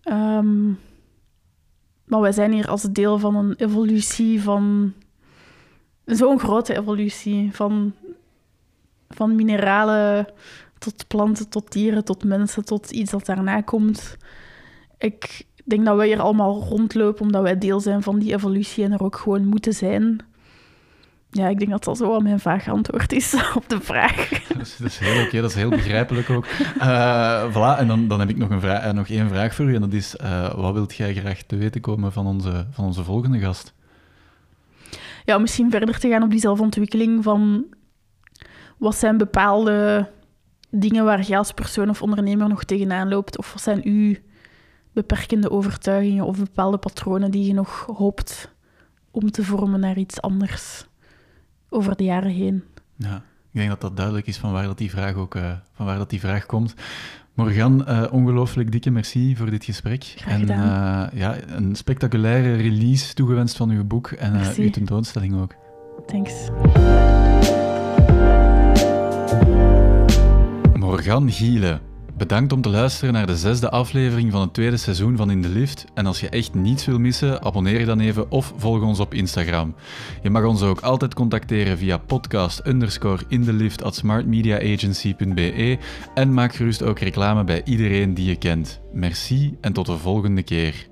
Maar wij zijn hier als deel van een evolutie van... Zo'n grote evolutie. Van mineralen tot planten, tot dieren, tot mensen, tot iets dat daarna komt. Ik denk dat wij hier allemaal rondlopen omdat wij deel zijn van die evolutie en er ook gewoon moeten zijn. Ja, ik denk dat dat zo al mijn vaag antwoord is op de vraag. Dat is heel oké, dat is heel begrijpelijk ook. Voilà, en dan heb ik nog één vraag voor u. En dat is, wat wilt jij graag te weten komen van onze volgende gast? Ja, misschien verder te gaan op die zelfontwikkeling van... Wat zijn bepaalde dingen waar jij als persoon of ondernemer nog tegenaan loopt? Of wat zijn uw beperkende overtuigingen of bepaalde patronen die je nog hoopt om te vormen naar iets anders over de jaren heen? Ja, ik denk dat dat duidelijk is van waar dat die vraag komt. Morgan, ongelooflijk dikke merci voor dit gesprek. Graag gedaan. En een spectaculaire release toegewenst van uw boek en uw tentoonstelling ook. Thanks. Morgan Gielen, bedankt om te luisteren naar de 6e aflevering van het 2e seizoen van In de Lift. En als je echt niets wil missen, abonneer je dan even of volg ons op Instagram. Je mag ons ook altijd contacteren via podcast_indelift@smartmediaagency.be en maak gerust ook reclame bij iedereen die je kent. Merci en tot de volgende keer.